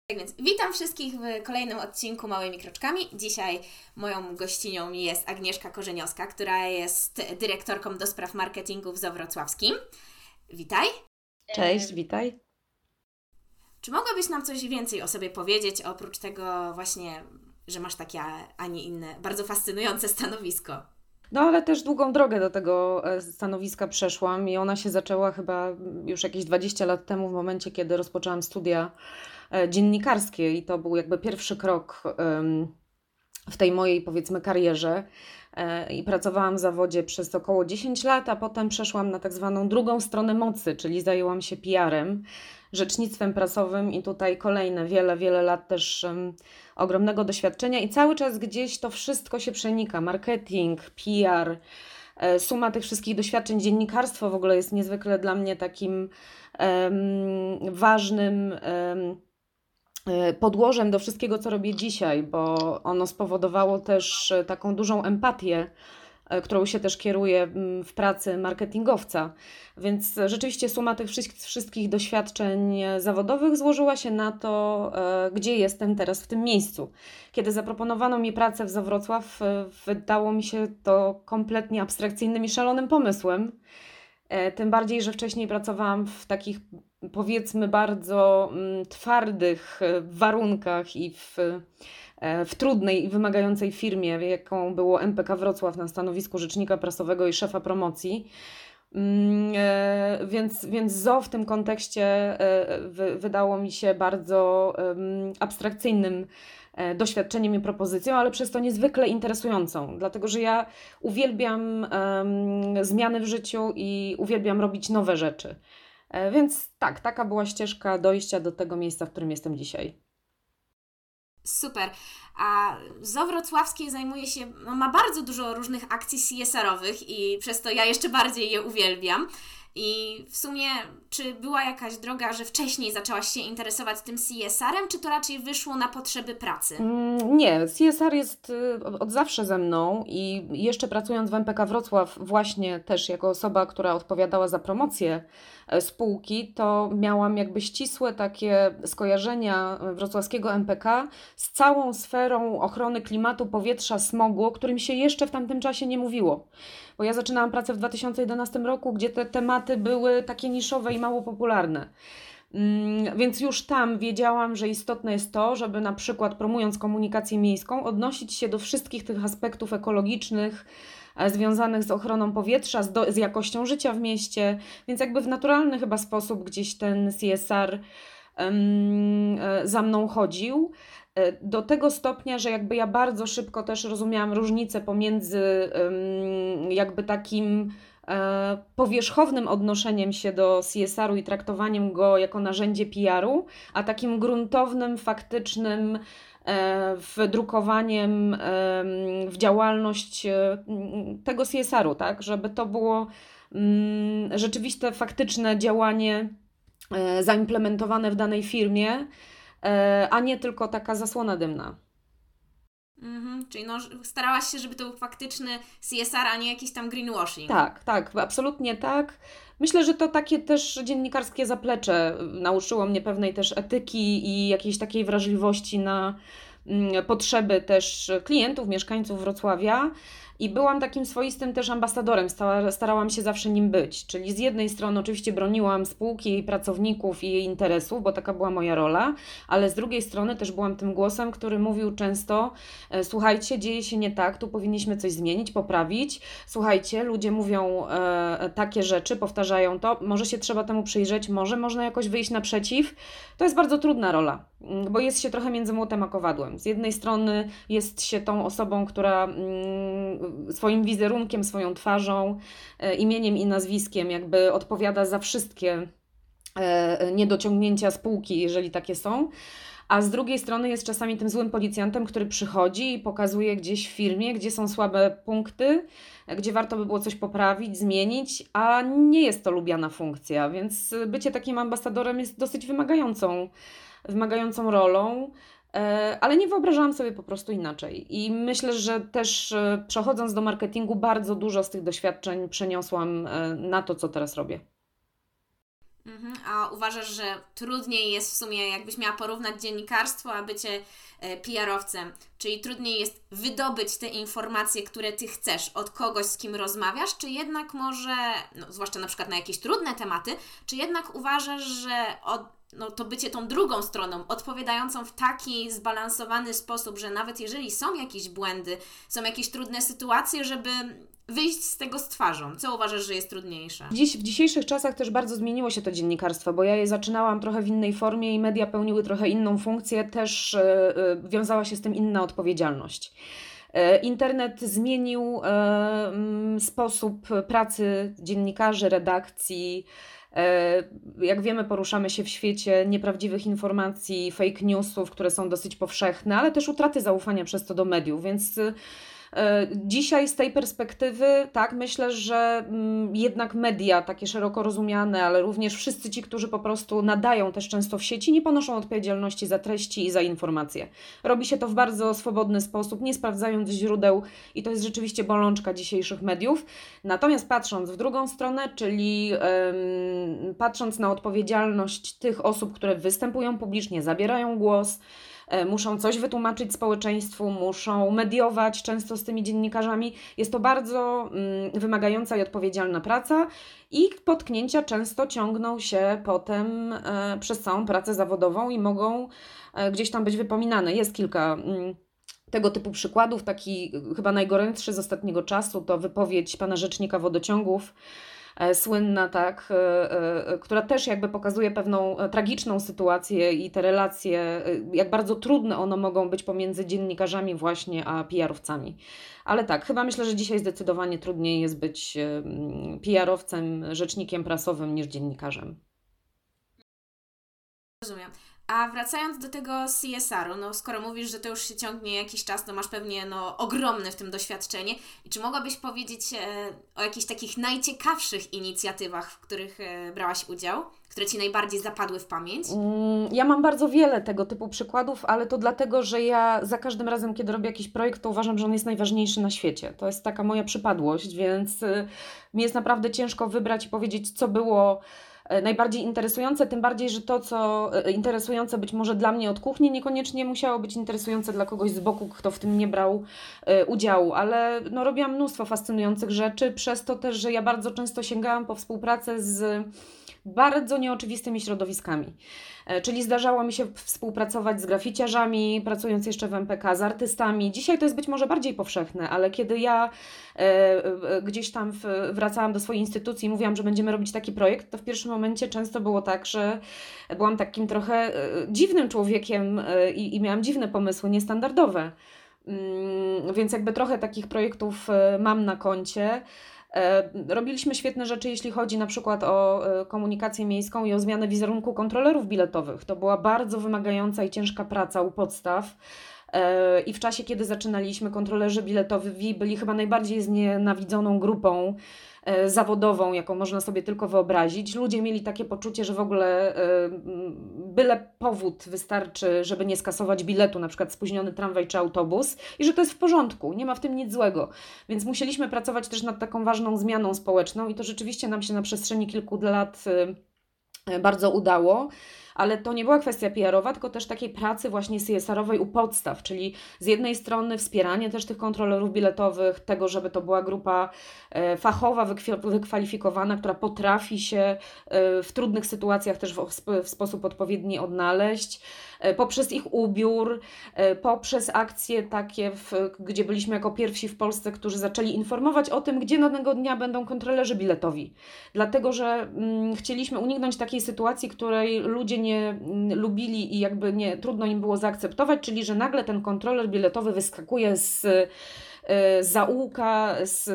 Tak więc witam wszystkich w kolejnym odcinku Małymi Kroczkami. Dzisiaj moją gościnią jest Agnieszka Korzeniowska, która jest dyrektorką do spraw marketingu w Zoo Wrocławskim. Witaj. Cześć, witaj. Czy mogłabyś nam coś więcej o sobie powiedzieć, oprócz tego właśnie, że masz takie, a nie inne, bardzo fascynujące stanowisko? No ale też długą drogę do tego stanowiska przeszłam i ona się zaczęła chyba już jakieś 20 lat temu, w momencie, kiedy rozpoczęłam studia dziennikarskie i to był jakby pierwszy krok w tej mojej, powiedzmy, karierze. I pracowałam w zawodzie przez około 10 lat, a potem przeszłam na tak zwaną drugą stronę mocy, czyli zajęłam się PR-em, rzecznictwem prasowym i tutaj kolejne wiele lat też ogromnego doświadczenia i cały czas gdzieś to wszystko się przenika. Marketing, PR, suma tych wszystkich doświadczeń, dziennikarstwo w ogóle jest niezwykle dla mnie takim ważnym podłożem do wszystkiego, co robię dzisiaj, bo ono spowodowało też taką dużą empatię, którą się też kieruję w pracy marketingowca. Więc rzeczywiście suma tych wszystkich doświadczeń zawodowych złożyła się na to, gdzie jestem teraz w tym miejscu. Kiedy zaproponowano mi pracę w Zoo Wrocław, wydało mi się to kompletnie abstrakcyjnym i szalonym pomysłem. Tym bardziej, że wcześniej pracowałam w takich, powiedzmy, bardzo twardych warunkach i w trudnej i wymagającej firmie, jaką było MPK Wrocław na stanowisku rzecznika prasowego i szefa promocji. Więc ZOO w tym kontekście wydało mi się bardzo abstrakcyjnym doświadczeniem i propozycją, ale przez to niezwykle interesującą, dlatego że ja uwielbiam zmiany w życiu i uwielbiam robić nowe rzeczy. Więc tak, taka była ścieżka dojścia do tego miejsca, w którym jestem dzisiaj. Super. A Zoo Wrocławskie zajmuje się, ma bardzo dużo różnych akcji CSR-owych i przez to ja jeszcze bardziej je uwielbiam. I w sumie, czy była jakaś droga, że wcześniej zaczęłaś się interesować tym CSR-em, czy to raczej wyszło na potrzeby pracy? Nie, CSR jest od zawsze ze mną i jeszcze pracując w MPK Wrocław, właśnie też jako osoba, która odpowiadała za promocję spółki, to miałam jakby ścisłe takie skojarzenia wrocławskiego MPK z całą sferą ochrony klimatu, powietrza, smogu, o którym się jeszcze w tamtym czasie nie mówiło. Bo ja zaczynałam pracę w 2011 roku, gdzie te tematy były takie niszowe i mało popularne. Więc już tam wiedziałam, że istotne jest to, żeby na przykład promując komunikację miejską, odnosić się do wszystkich tych aspektów ekologicznych, związanych z ochroną powietrza, z jakością życia w mieście, więc jakby w naturalny chyba sposób gdzieś ten CSR za mną chodził. Do tego stopnia, że jakby ja bardzo szybko też rozumiałam różnicę pomiędzy jakby takim powierzchownym odnoszeniem się do CSR-u i traktowaniem go jako narzędzie PR-u, a takim gruntownym, faktycznym wdrukowaniem w działalność tego CSR-u, tak, żeby to było rzeczywiste, faktyczne działanie zaimplementowane w danej firmie, a nie tylko taka zasłona dymna. Czyli starałaś się, żeby to był faktyczny CSR, a nie jakiś tam greenwashing. Tak, absolutnie tak. Myślę, że to takie też dziennikarskie zaplecze nauczyło mnie pewnej też etyki i jakiejś takiej wrażliwości na potrzeby też klientów, mieszkańców Wrocławia. I byłam takim swoistym też ambasadorem, starałam się zawsze nim być. Czyli z jednej strony oczywiście broniłam spółki, jej pracowników i jej interesów, bo taka była moja rola, ale z drugiej strony też byłam tym głosem, który mówił często: słuchajcie, dzieje się nie tak, tu powinniśmy coś zmienić, poprawić. Słuchajcie, ludzie mówią takie rzeczy, powtarzają to, może się trzeba temu przyjrzeć, może można jakoś wyjść naprzeciw. To jest bardzo trudna rola, bo jest się trochę między młotem a kowadłem. Z jednej strony jest się tą osobą, która swoim wizerunkiem, swoją twarzą, imieniem i nazwiskiem jakby odpowiada za wszystkie niedociągnięcia spółki, jeżeli takie są. A z drugiej strony jest czasami tym złym policjantem, który przychodzi i pokazuje gdzieś w firmie, gdzie są słabe punkty, gdzie warto by było coś poprawić, zmienić, a nie jest to lubiana funkcja, więc bycie takim ambasadorem jest dosyć wymagającą rolą. Ale nie wyobrażałam sobie po prostu inaczej. I myślę, że też przechodząc do marketingu, bardzo dużo z tych doświadczeń przeniosłam na to, co teraz robię. A uważasz, że trudniej jest w sumie, jakbyś miała porównać dziennikarstwo, a bycie PR-owcem, czyli trudniej jest wydobyć te informacje, które Ty chcesz od kogoś, z kim rozmawiasz, czy jednak może, no, zwłaszcza na przykład na jakieś trudne tematy, czy jednak uważasz, że to bycie tą drugą stroną, odpowiadającą w taki zbalansowany sposób, że nawet jeżeli są jakieś błędy, są jakieś trudne sytuacje, żeby wyjść z tego z twarzą. Co uważasz, że jest trudniejsze? W dzisiejszych czasach też bardzo zmieniło się to dziennikarstwo, bo ja je zaczynałam trochę w innej formie i media pełniły trochę inną funkcję, też wiązała się z tym inna odpowiedzialność. Internet zmienił sposób pracy dziennikarzy, redakcji. Jak wiemy, poruszamy się w świecie nieprawdziwych informacji, fake newsów, które są dosyć powszechne, ale też utraty zaufania przez to do mediów, więc dzisiaj z tej perspektywy, tak, myślę, że jednak media takie szeroko rozumiane, ale również wszyscy ci, którzy po prostu nadają też często w sieci, nie ponoszą odpowiedzialności za treści i za informacje. Robi się to w bardzo swobodny sposób, nie sprawdzając źródeł i to jest rzeczywiście bolączka dzisiejszych mediów. Natomiast patrząc w drugą stronę, czyli patrząc na odpowiedzialność tych osób, które występują publicznie, zabierają głos, muszą coś wytłumaczyć społeczeństwu, muszą mediować często z tymi dziennikarzami. Jest to bardzo wymagająca i odpowiedzialna praca i potknięcia często ciągną się potem przez całą pracę zawodową i mogą gdzieś tam być wypominane. Jest kilka tego typu przykładów. Taki chyba najgorętszy z ostatniego czasu to wypowiedź pana rzecznika wodociągów, słynna, tak, która też jakby pokazuje pewną tragiczną sytuację i te relacje, jak bardzo trudne one mogą być pomiędzy dziennikarzami właśnie a PR-owcami. Ale tak, chyba myślę, że dzisiaj zdecydowanie trudniej jest być PR-owcem, rzecznikiem prasowym niż dziennikarzem. Rozumiem. A wracając do tego CSR-u, no skoro mówisz, że to już się ciągnie jakiś czas, to masz pewnie ogromne w tym doświadczenie. I czy mogłabyś powiedzieć o jakichś takich najciekawszych inicjatywach, w których brałaś udział, które Ci najbardziej zapadły w pamięć? Ja mam bardzo wiele tego typu przykładów, ale to dlatego, że ja za każdym razem, kiedy robię jakiś projekt, to uważam, że on jest najważniejszy na świecie. To jest taka moja przypadłość, więc mi jest naprawdę ciężko wybrać i powiedzieć, co było najbardziej interesujące, tym bardziej, że to, co interesujące być może dla mnie od kuchni, niekoniecznie musiało być interesujące dla kogoś z boku, kto w tym nie brał udziału, ale robiłam mnóstwo fascynujących rzeczy, przez to też, że ja bardzo często sięgałam po współpracę z bardzo nieoczywistymi środowiskami. Czyli zdarzało mi się współpracować z graficiarzami, pracując jeszcze w MPK, z artystami. Dzisiaj to jest być może bardziej powszechne, ale kiedy ja gdzieś tam wracałam do swojej instytucji i mówiłam, że będziemy robić taki projekt, to w pierwszym momencie często było tak, że byłam takim trochę dziwnym człowiekiem i miałam dziwne pomysły, niestandardowe. Więc jakby trochę takich projektów mam na koncie. Robiliśmy świetne rzeczy, jeśli chodzi na przykład o komunikację miejską i o zmianę wizerunku kontrolerów biletowych. To była bardzo wymagająca i ciężka praca u podstaw. I w czasie, kiedy zaczynaliśmy, kontrolerzy biletowi byli chyba najbardziej znienawidzoną grupą zawodową, jaką można sobie tylko wyobrazić. Ludzie mieli takie poczucie, że w ogóle byle powód wystarczy, żeby nie skasować biletu, na przykład spóźniony tramwaj czy autobus, i że to jest w porządku, nie ma w tym nic złego. Więc musieliśmy pracować też nad taką ważną zmianą społeczną i to rzeczywiście nam się na przestrzeni kilku lat bardzo udało. Ale to nie była kwestia PR-owa, tylko też takiej pracy właśnie CSR-owej u podstaw, czyli z jednej strony wspieranie też tych kontrolerów biletowych, tego, żeby to była grupa fachowa, wykwalifikowana, która potrafi się w trudnych sytuacjach też w sposób odpowiedni odnaleźć, poprzez ich ubiór, poprzez akcje takie, gdzie byliśmy jako pierwsi w Polsce, którzy zaczęli informować o tym, gdzie danego dnia będą kontrolerzy biletowi. Dlatego, że chcieliśmy uniknąć takiej sytuacji, której ludzie nie lubili i jakby trudno im było zaakceptować, czyli że nagle ten kontroler biletowy wyskakuje z zaułka z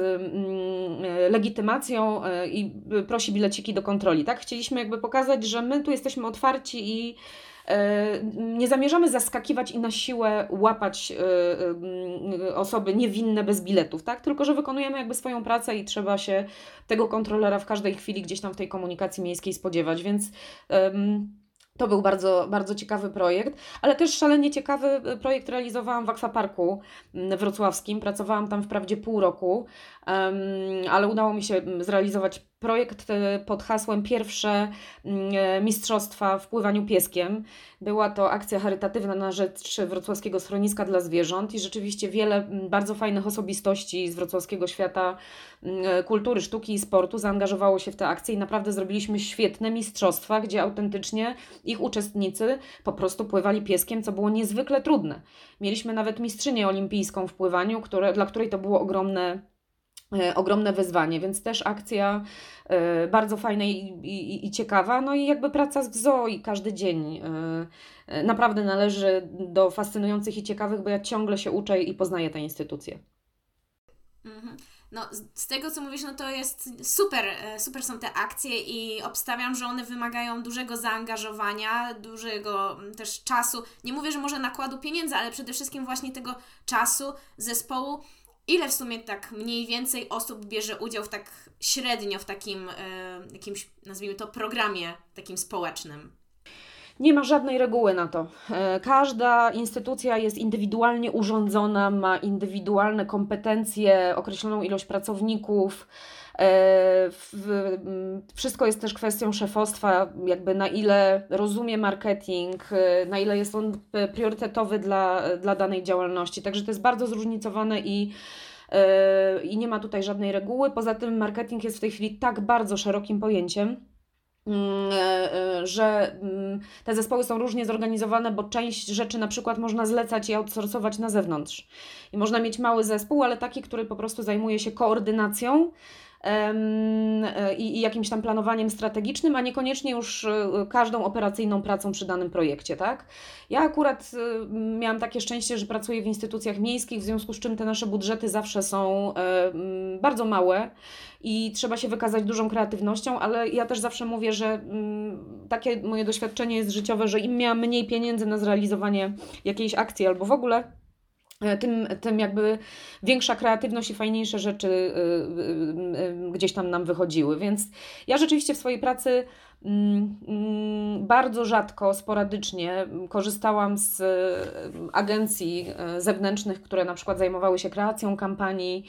legitymacją i prosi bileciki do kontroli. Tak? Chcieliśmy jakby pokazać, że my tu jesteśmy otwarci i nie zamierzamy zaskakiwać i na siłę łapać osoby niewinne bez biletów, tak? Tylko że wykonujemy jakby swoją pracę i trzeba się tego kontrolera w każdej chwili gdzieś tam w tej komunikacji miejskiej spodziewać, więc to był bardzo, bardzo ciekawy projekt, ale też szalenie ciekawy projekt realizowałam w Akwaparku wrocławskim. Pracowałam tam wprawdzie pół roku, ale udało mi się zrealizować projekt pod hasłem Pierwsze mistrzostwa w pływaniu pieskiem. Była to akcja charytatywna na rzecz Wrocławskiego Schroniska dla Zwierząt i rzeczywiście wiele bardzo fajnych osobistości z wrocławskiego świata kultury, sztuki i sportu zaangażowało się w tę akcję i naprawdę zrobiliśmy świetne mistrzostwa, gdzie autentycznie ich uczestnicy po prostu pływali pieskiem, co było niezwykle trudne. Mieliśmy nawet mistrzynię olimpijską w pływaniu, dla której to było ogromne wyzwanie, więc też akcja bardzo fajna i ciekawa. No i jakby praca w zoo i każdy dzień naprawdę należy do fascynujących i ciekawych, bo ja ciągle się uczę i poznaję te instytucje. Mhm. No, z tego co mówisz, no to jest super, super są te akcje i obstawiam, że one wymagają dużego zaangażowania, dużego też czasu. Nie mówię, że może nakładu pieniędzy, ale przede wszystkim właśnie tego czasu zespołu. Ile w sumie tak mniej więcej osób bierze udział w tak średnio w takim jakimś, nazwijmy to, programie takim społecznym? Nie ma żadnej reguły na to. Każda instytucja jest indywidualnie urządzona, ma indywidualne kompetencje, określoną ilość pracowników. Wszystko jest też kwestią szefostwa, jakby na ile rozumie marketing, na ile jest on priorytetowy dla danej działalności. Także to jest bardzo zróżnicowane i nie ma tutaj żadnej reguły. Poza tym marketing jest w tej chwili tak bardzo szerokim pojęciem, że te zespoły są różnie zorganizowane, bo część rzeczy na przykład można zlecać i outsourcować na zewnątrz. I można mieć mały zespół, ale taki, który po prostu zajmuje się koordynacją i jakimś tam planowaniem strategicznym, a niekoniecznie już każdą operacyjną pracą przy danym projekcie, tak? Ja akurat miałam takie szczęście, że pracuję w instytucjach miejskich, w związku z czym te nasze budżety zawsze są bardzo małe i trzeba się wykazać dużą kreatywnością, ale ja też zawsze mówię, że takie moje doświadczenie jest życiowe, że im miałam mniej pieniędzy na zrealizowanie jakiejś akcji albo w ogóle, tym jakby większa kreatywność i fajniejsze rzeczy gdzieś tam nam wychodziły. Więc ja rzeczywiście w swojej pracy bardzo rzadko, sporadycznie korzystałam z agencji zewnętrznych, które na przykład zajmowały się kreacją kampanii,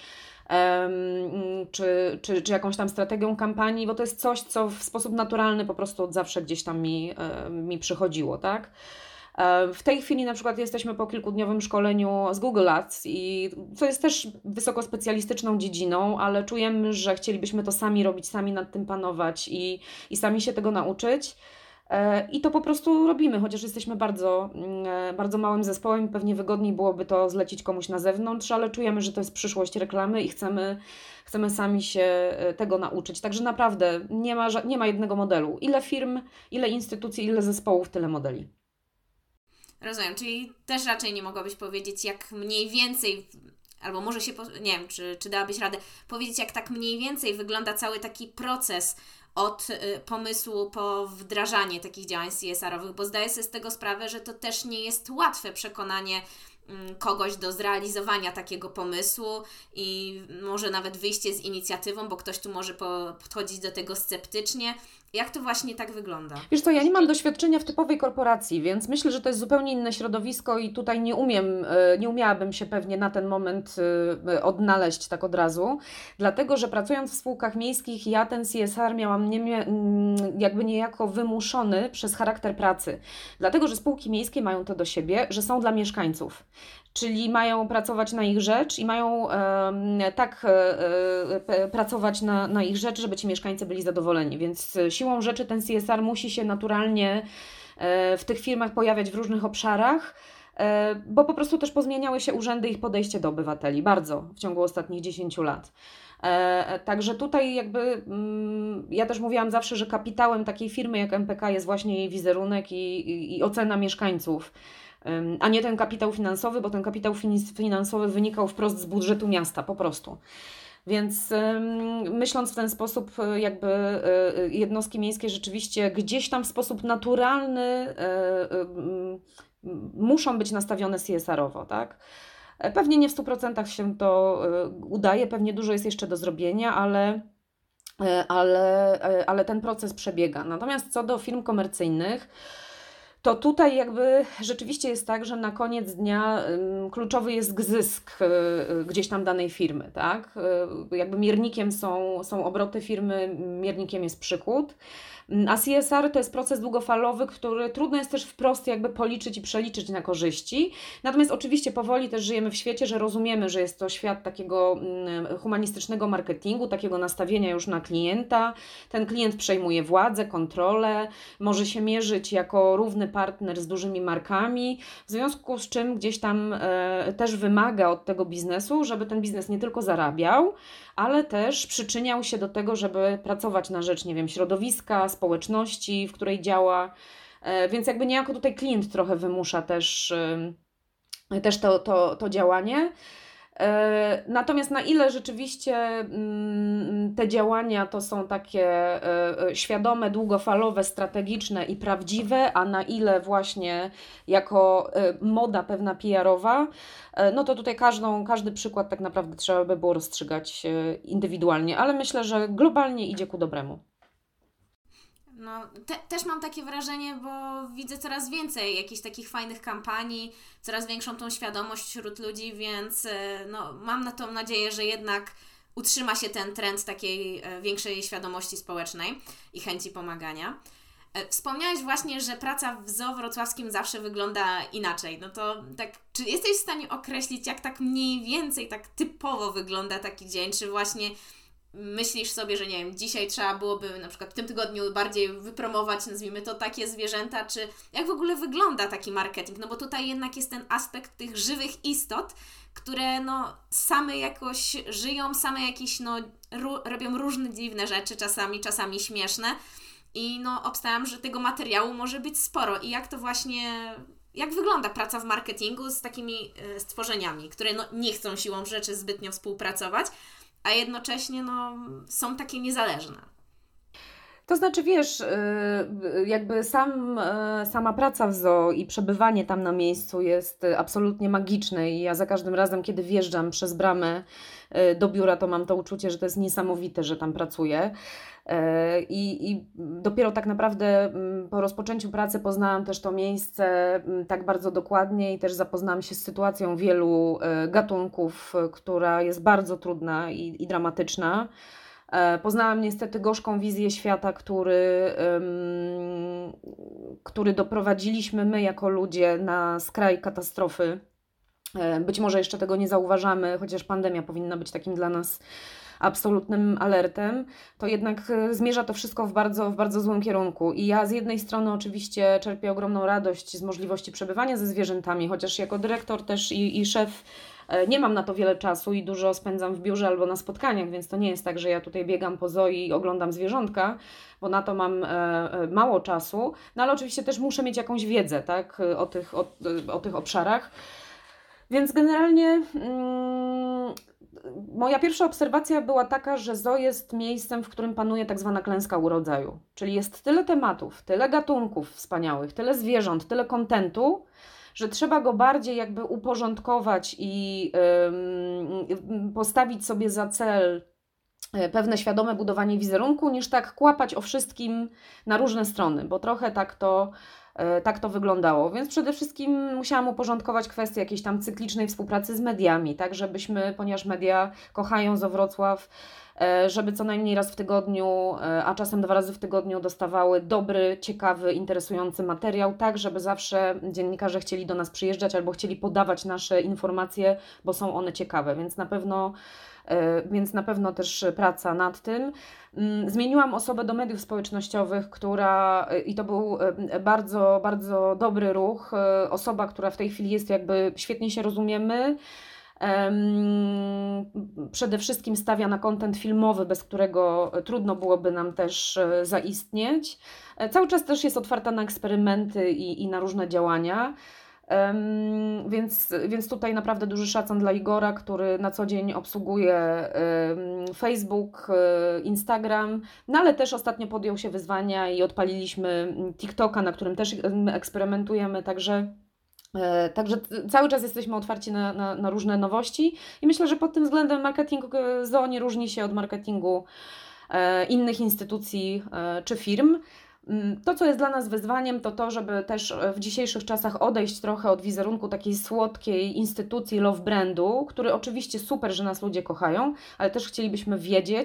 czy jakąś tam strategią kampanii, bo to jest coś, co w sposób naturalny po prostu od zawsze gdzieś tam mi przychodziło, tak? W tej chwili na przykład jesteśmy po kilkudniowym szkoleniu z Google Ads i co jest też wysoko specjalistyczną dziedziną, ale czujemy, że chcielibyśmy to sami robić, sami nad tym panować i sami się tego nauczyć. I to po prostu robimy, chociaż jesteśmy bardzo małym zespołem, pewnie wygodniej byłoby to zlecić komuś na zewnątrz, ale czujemy, że to jest przyszłość reklamy i chcemy sami się tego nauczyć. Także naprawdę nie ma jednego modelu. Ile firm, ile instytucji, ile zespołów, tyle modeli. Rozumiem, czyli też raczej nie mogłabyś powiedzieć, jak mniej więcej, albo może się, nie wiem, czy dałabyś radę powiedzieć, jak tak mniej więcej wygląda cały taki proces od pomysłu po wdrażanie takich działań CSR-owych, bo zdaję sobie z tego sprawę, że to też nie jest łatwe przekonanie kogoś do zrealizowania takiego pomysłu i może nawet wyjście z inicjatywą, bo ktoś tu może podchodzić do tego sceptycznie. Jak to właśnie tak wygląda? Wiesz co, ja nie mam doświadczenia w typowej korporacji, więc myślę, że to jest zupełnie inne środowisko i tutaj nie umiałabym się pewnie na ten moment odnaleźć tak od razu, dlatego, że pracując w spółkach miejskich ja ten CSR miałam jakby niejako wymuszony przez charakter pracy, dlatego, że spółki miejskie mają to do siebie, że są dla mieszkańców. Czyli mają pracować na ich rzecz i mają pracować na ich rzecz, żeby ci mieszkańcy byli zadowoleni. Więc siłą rzeczy ten CSR musi się naturalnie w tych firmach pojawiać w różnych obszarach, bo po prostu też pozmieniały się urzędy i ich podejście do obywateli bardzo w ciągu ostatnich 10 lat. Także tutaj jakby ja też mówiłam zawsze, że kapitałem takiej firmy jak MPK jest właśnie jej wizerunek i ocena mieszkańców, a nie ten kapitał finansowy, bo ten kapitał finansowy wynikał wprost z budżetu miasta, po prostu. Więc myśląc w ten sposób, jakby jednostki miejskie rzeczywiście gdzieś tam w sposób naturalny muszą być nastawione CSR-owo, tak? Pewnie nie w 100% się to udaje, pewnie dużo jest jeszcze do zrobienia, ale ten proces przebiega. Natomiast co do firm komercyjnych, to tutaj jakby rzeczywiście jest tak, że na koniec dnia kluczowy jest zysk gdzieś tam danej firmy, tak? Jakby miernikiem są obroty firmy, miernikiem jest przychód. A CSR to jest proces długofalowy, który trudno jest też wprost jakby policzyć i przeliczyć na korzyści. Natomiast oczywiście powoli też żyjemy w świecie, że rozumiemy, że jest to świat takiego humanistycznego marketingu, takiego nastawienia już na klienta. Ten klient przejmuje władzę, kontrolę, może się mierzyć jako równy partner z dużymi markami, w związku z czym gdzieś tam też wymaga od tego biznesu, żeby ten biznes nie tylko zarabiał, ale też przyczyniał się do tego, żeby pracować na rzecz, nie wiem, środowiska, społeczności, w której działa. Więc jakby niejako tutaj klient trochę wymusza też to działanie. Natomiast na ile rzeczywiście te działania to są takie świadome, długofalowe, strategiczne i prawdziwe, a na ile właśnie jako moda pewna PR-owa, no to tutaj każdy przykład tak naprawdę trzeba by było rozstrzygać indywidualnie, ale myślę, że globalnie idzie ku dobremu. No, też mam takie wrażenie, bo widzę coraz więcej jakichś takich fajnych kampanii, coraz większą tą świadomość wśród ludzi, więc no, mam na tą nadzieję, że jednak utrzyma się ten trend takiej większej świadomości społecznej i chęci pomagania. Wspomniałeś właśnie, że praca w Zoo Wrocławskim zawsze wygląda inaczej. No to tak, czy jesteś w stanie określić, jak tak mniej więcej, tak typowo wygląda taki dzień? Czy właśnie myślisz sobie, że nie wiem, dzisiaj trzeba byłoby na przykład w tym tygodniu bardziej wypromować, nazwijmy to, takie zwierzęta, czy jak w ogóle wygląda taki marketing? No bo tutaj jednak jest ten aspekt tych żywych istot, które no same jakoś żyją, same jakieś no robią różne dziwne rzeczy, czasami śmieszne i no obstawiam, że tego materiału może być sporo i jak wygląda praca w marketingu z takimi stworzeniami, które no nie chcą siłą rzeczy zbytnio współpracować, a jednocześnie no, są takie niezależne. To znaczy, wiesz, jakby sama praca w zoo i przebywanie tam na miejscu jest absolutnie magiczne i ja za każdym razem, kiedy wjeżdżam przez bramę do biura, to mam to uczucie, że to jest niesamowite, że tam pracuję. I dopiero tak naprawdę po rozpoczęciu pracy poznałam też to miejsce tak bardzo dokładnie i też zapoznałam się z sytuacją wielu gatunków, która jest bardzo trudna i dramatyczna. Poznałam niestety gorzką wizję świata, który doprowadziliśmy my jako ludzie na skraj katastrofy. Być może jeszcze tego nie zauważamy, chociaż pandemia powinna być takim dla nas absolutnym alertem, to jednak zmierza to wszystko w bardzo złym kierunku. I ja z jednej strony oczywiście czerpię ogromną radość z możliwości przebywania ze zwierzętami, chociaż jako dyrektor też i szef nie mam na to wiele czasu i dużo spędzam w biurze albo na spotkaniach, więc to nie jest tak, że ja tutaj biegam po zoo i oglądam zwierzątka, bo na to mam mało czasu, no ale oczywiście też muszę mieć jakąś wiedzę, tak, o tych obszarach. Więc generalnie moja pierwsza obserwacja była taka, że zoo jest miejscem, w którym panuje tak zwana klęska urodzaju. Czyli jest tyle tematów, tyle gatunków wspaniałych, tyle zwierząt, tyle kontentu, że trzeba go bardziej jakby uporządkować i postawić sobie za cel pewne świadome budowanie wizerunku, niż tak kłapać o wszystkim na różne strony, bo trochę tak to wyglądało. Więc przede wszystkim musiałam uporządkować kwestię jakiejś tam cyklicznej współpracy z mediami, tak żebyśmy, ponieważ media kochają Zoo Wrocław, żeby co najmniej raz w tygodniu, a czasem 2 razy w tygodniu dostawały dobry, ciekawy, interesujący materiał, tak żeby zawsze dziennikarze chcieli do nas przyjeżdżać albo chcieli podawać nasze informacje, bo są one ciekawe, więc na pewno też praca nad tym. Zmieniłam osobę do mediów społecznościowych, i to był bardzo dobry ruch, osoba, która w tej chwili jest jakby, świetnie się rozumiemy, przede wszystkim stawia na content filmowy, bez którego trudno byłoby nam też zaistnieć. Cały czas też jest otwarta na eksperymenty i na różne działania. Więc tutaj naprawdę duży szacun dla Igora, który na co dzień obsługuje Facebook, Instagram, no ale też ostatnio podjął się wyzwania i odpaliliśmy TikToka, na którym też eksperymentujemy, także cały czas jesteśmy otwarci na różne nowości i myślę, że pod tym względem marketing zoo nie różni się od marketingu innych instytucji czy firm. To, co jest dla nas wyzwaniem, to to, żeby też w dzisiejszych czasach odejść trochę od wizerunku takiej słodkiej instytucji love brandu, który oczywiście super, że nas ludzie kochają, ale też chcielibyśmy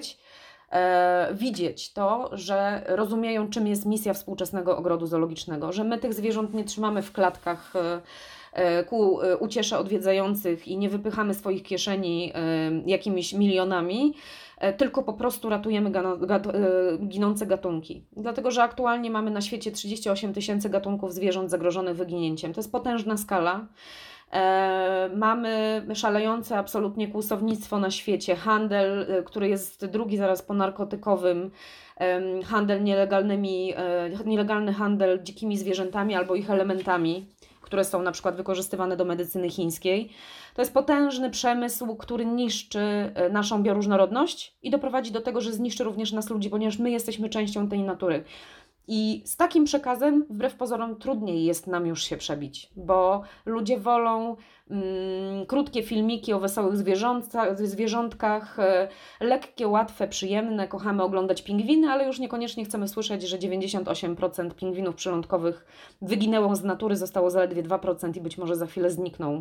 widzieć to, że rozumieją, czym jest misja współczesnego ogrodu zoologicznego, że my tych zwierząt nie trzymamy w klatkach ku uciesze odwiedzających i nie wypychamy swoich kieszeni jakimiś milionami, tylko po prostu ratujemy ginące gatunki. Dlatego, że aktualnie mamy na świecie 38 000 gatunków zwierząt zagrożonych wyginięciem. To jest potężna skala. Mamy szalejące absolutnie kłusownictwo na świecie, handel, który jest drugi zaraz po narkotykowym, nielegalny handel dzikimi zwierzętami albo ich elementami, które są na przykład wykorzystywane do medycyny chińskiej. To jest potężny przemysł, który niszczy naszą bioróżnorodność i doprowadzi do tego, że zniszczy również nas ludzi, ponieważ my jesteśmy częścią tej natury. I z takim przekazem, wbrew pozorom, trudniej jest nam już się przebić, bo ludzie wolą krótkie filmiki o wesołych zwierzątkach, lekkie, łatwe, przyjemne. Kochamy oglądać pingwiny, ale już niekoniecznie chcemy słyszeć, że 98% pingwinów przylądkowych wyginęło z natury, zostało zaledwie 2% i być może za chwilę znikną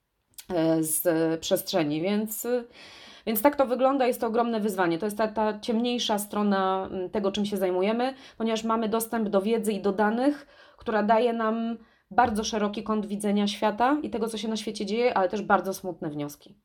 z przestrzeni, więc tak to wygląda, jest to ogromne wyzwanie. To jest ta ciemniejsza strona tego, czym się zajmujemy, ponieważ mamy dostęp do wiedzy i do danych, która daje nam bardzo szeroki kąt widzenia świata i tego, co się na świecie dzieje, ale też bardzo smutne wnioski.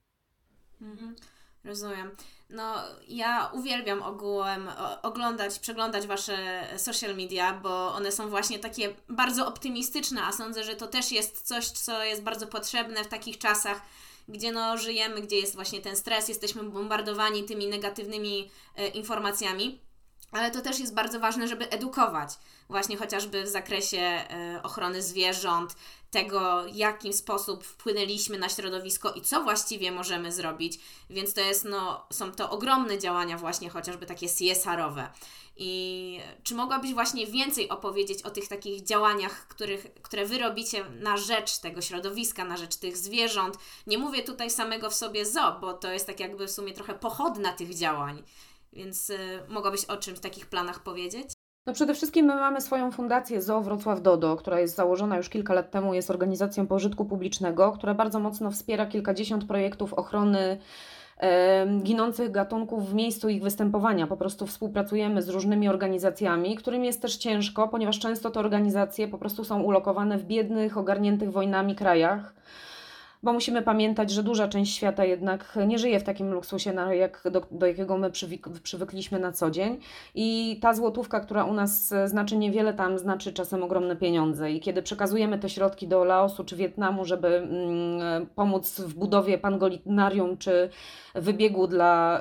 Rozumiem. No, ja uwielbiam ogółem przeglądać Wasze social media, bo one są właśnie takie bardzo optymistyczne, a sądzę, że to też jest coś, co jest bardzo potrzebne w takich czasach, gdzie żyjemy, gdzie jest właśnie ten stres, jesteśmy bombardowani tymi negatywnymi informacjami, ale to też jest bardzo ważne, żeby edukować, właśnie chociażby w zakresie ochrony zwierząt, tego, w jaki sposób wpłynęliśmy na środowisko i co właściwie możemy zrobić, więc to jest, są to ogromne działania właśnie, chociażby takie CSR-owe. I czy mogłabyś właśnie więcej opowiedzieć o tych takich działaniach, które Wy robicie na rzecz tego środowiska, na rzecz tych zwierząt? Nie mówię tutaj samego w sobie zoo, bo to jest tak jakby w sumie trochę pochodna tych działań, więc mogłabyś o czymś w takich planach powiedzieć? No przede wszystkim my mamy swoją fundację Zoo Wrocław Dodo, która jest założona już kilka lat temu, jest organizacją pożytku publicznego, która bardzo mocno wspiera kilkadziesiąt projektów ochrony ginących gatunków w miejscu ich występowania. Po prostu współpracujemy z różnymi organizacjami, którym jest też ciężko, ponieważ często te organizacje po prostu są ulokowane w biednych, ogarniętych wojnami krajach, bo musimy pamiętać, że duża część świata jednak nie żyje w takim luksusie, do jakiego my przywykliśmy na co dzień. I ta złotówka, która u nas znaczy niewiele, tam znaczy czasem ogromne pieniądze. I kiedy przekazujemy te środki do Laosu czy Wietnamu, żeby pomóc w budowie pangolinarium czy wybiegu dla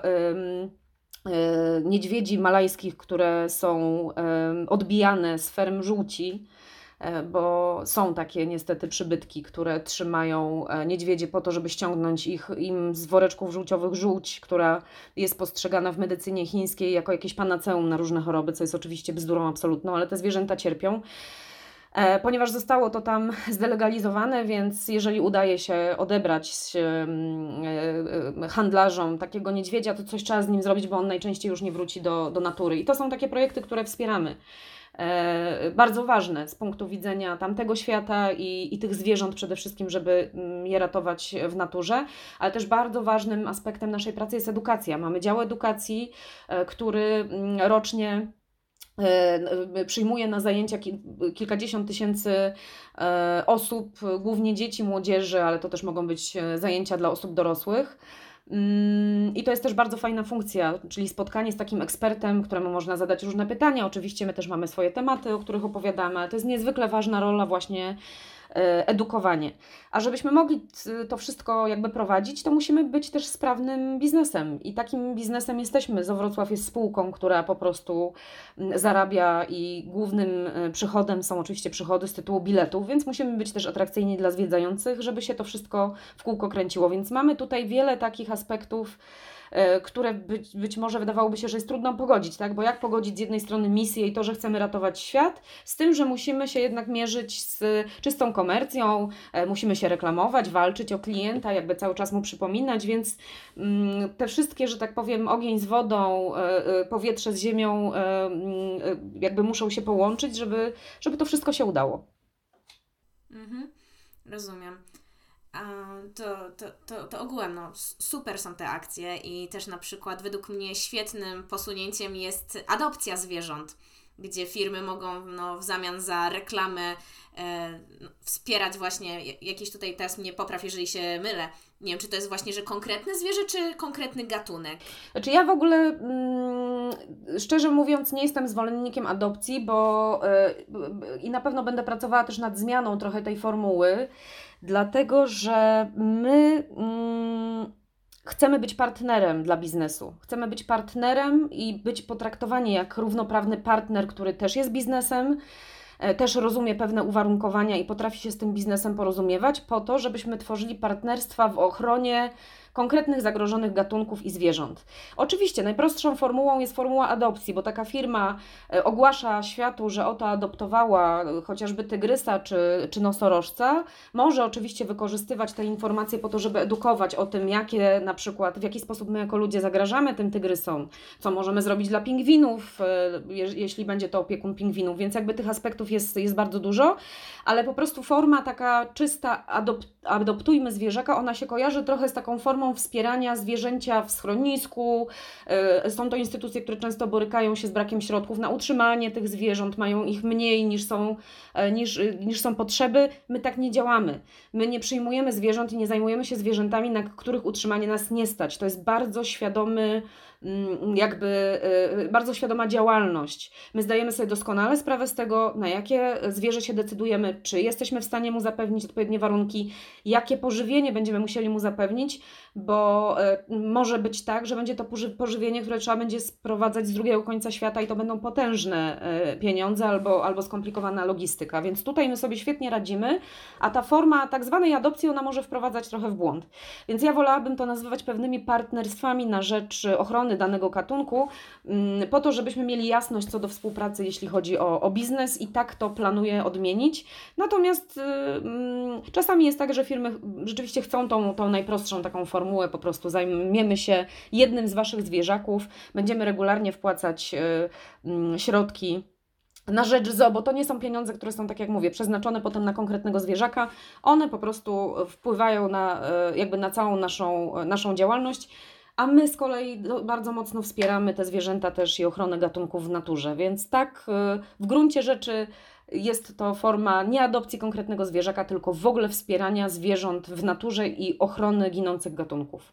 niedźwiedzi malajskich, które są odbijane z ferm żółci, bo są takie niestety przybytki, które trzymają niedźwiedzie po to, żeby ściągnąć im z woreczków żółciowych żółć, która jest postrzegana w medycynie chińskiej jako jakieś panaceum na różne choroby, co jest oczywiście bzdurą absolutną, ale te zwierzęta cierpią. Ponieważ zostało to tam zdelegalizowane, więc jeżeli udaje się odebrać handlarzom takiego niedźwiedzia, to coś trzeba z nim zrobić, bo on najczęściej już nie wróci do natury. I to są takie projekty, które wspieramy. Bardzo ważne z punktu widzenia tamtego świata i tych zwierząt przede wszystkim, żeby je ratować w naturze, ale też bardzo ważnym aspektem naszej pracy jest edukacja. Mamy dział edukacji, który rocznie przyjmuje na zajęcia kilkadziesiąt tysięcy osób, głównie dzieci, młodzieży, ale to też mogą być zajęcia dla osób dorosłych. I to jest też bardzo fajna funkcja, czyli spotkanie z takim ekspertem, któremu można zadać różne pytania. Oczywiście my też mamy swoje tematy, o których opowiadamy, ale to jest niezwykle ważna rola właśnie edukowanie. A żebyśmy mogli to wszystko jakby prowadzić, to musimy być też sprawnym biznesem i takim biznesem jesteśmy. Zoo Wrocław jest spółką, która po prostu zarabia i głównym przychodem są oczywiście przychody z tytułu biletów, więc musimy być też atrakcyjni dla zwiedzających, żeby się to wszystko w kółko kręciło. Więc mamy tutaj wiele takich aspektów które być może wydawałoby się, że jest trudno pogodzić, tak? Bo jak pogodzić z jednej strony misję i to, że chcemy ratować świat, z tym, że musimy się jednak mierzyć z czystą komercją, musimy się reklamować, walczyć o klienta, jakby cały czas mu przypominać, więc te wszystkie, że tak powiem, ogień z wodą, powietrze z ziemią, jakby muszą się połączyć, żeby to wszystko się udało. Rozumiem. To ogółem super są te akcje i też na przykład według mnie świetnym posunięciem jest adopcja zwierząt, gdzie firmy mogą w zamian za reklamę wspierać właśnie jakieś tutaj, teraz mnie popraw, jeżeli się mylę. Nie wiem, czy to jest właśnie, że konkretne zwierzę, czy konkretny gatunek? Znaczy ja w ogóle, szczerze mówiąc, nie jestem zwolennikiem adopcji, bo i na pewno będę pracowała też nad zmianą trochę tej formuły, dlatego że my chcemy być partnerem dla biznesu. Chcemy być partnerem i być potraktowani jak równoprawny partner, który też jest biznesem, też rozumie pewne uwarunkowania i potrafi się z tym biznesem porozumiewać, po to, żebyśmy tworzyli partnerstwa w ochronie konkretnych zagrożonych gatunków i zwierząt. Oczywiście najprostszą formułą jest formuła adopcji, bo taka firma ogłasza światu, że oto adoptowała chociażby tygrysa czy nosorożca. Może oczywiście wykorzystywać te informacje po to, żeby edukować o tym, jakie na przykład, w jaki sposób my jako ludzie zagrażamy tym tygrysom, co możemy zrobić dla pingwinów, jeśli będzie to opiekun pingwinów, więc jakby tych aspektów jest bardzo dużo, ale po prostu forma taka czysta adoptujmy zwierzaka, ona się kojarzy trochę z taką formą wspierania zwierzęcia w schronisku. Są to instytucje, które często borykają się z brakiem środków na utrzymanie tych zwierząt, mają ich mniej niż są potrzeby. My tak nie działamy. My nie przyjmujemy zwierząt i nie zajmujemy się zwierzętami, na których utrzymanie nas nie stać. To jest bardzo bardzo świadoma działalność. My zdajemy sobie doskonale sprawę z tego, na jakie zwierzę się decydujemy, czy jesteśmy w stanie mu zapewnić odpowiednie warunki, jakie pożywienie będziemy musieli mu zapewnić, bo może być tak, że będzie to pożywienie, które trzeba będzie sprowadzać z drugiego końca świata i to będą potężne pieniądze albo skomplikowana logistyka, więc tutaj my sobie świetnie radzimy, a ta forma tak zwanej adopcji, ona może wprowadzać trochę w błąd. Więc ja wolałabym to nazywać pewnymi partnerstwami na rzecz ochrony danego gatunku, po to, żebyśmy mieli jasność co do współpracy, jeśli chodzi o biznes, i tak to planuję odmienić. Natomiast czasami jest tak, że firmy rzeczywiście chcą tą najprostszą taką formułę, po prostu zajmiemy się jednym z Waszych zwierzaków, będziemy regularnie wpłacać środki na rzecz ZOO, bo to nie są pieniądze, które są, tak jak mówię, przeznaczone potem na konkretnego zwierzaka. One po prostu wpływają na całą naszą działalność, a my z kolei bardzo mocno wspieramy te zwierzęta też i ochronę gatunków w naturze, więc tak w gruncie rzeczy jest to forma nie adopcji konkretnego zwierzaka, tylko w ogóle wspierania zwierząt w naturze i ochrony ginących gatunków.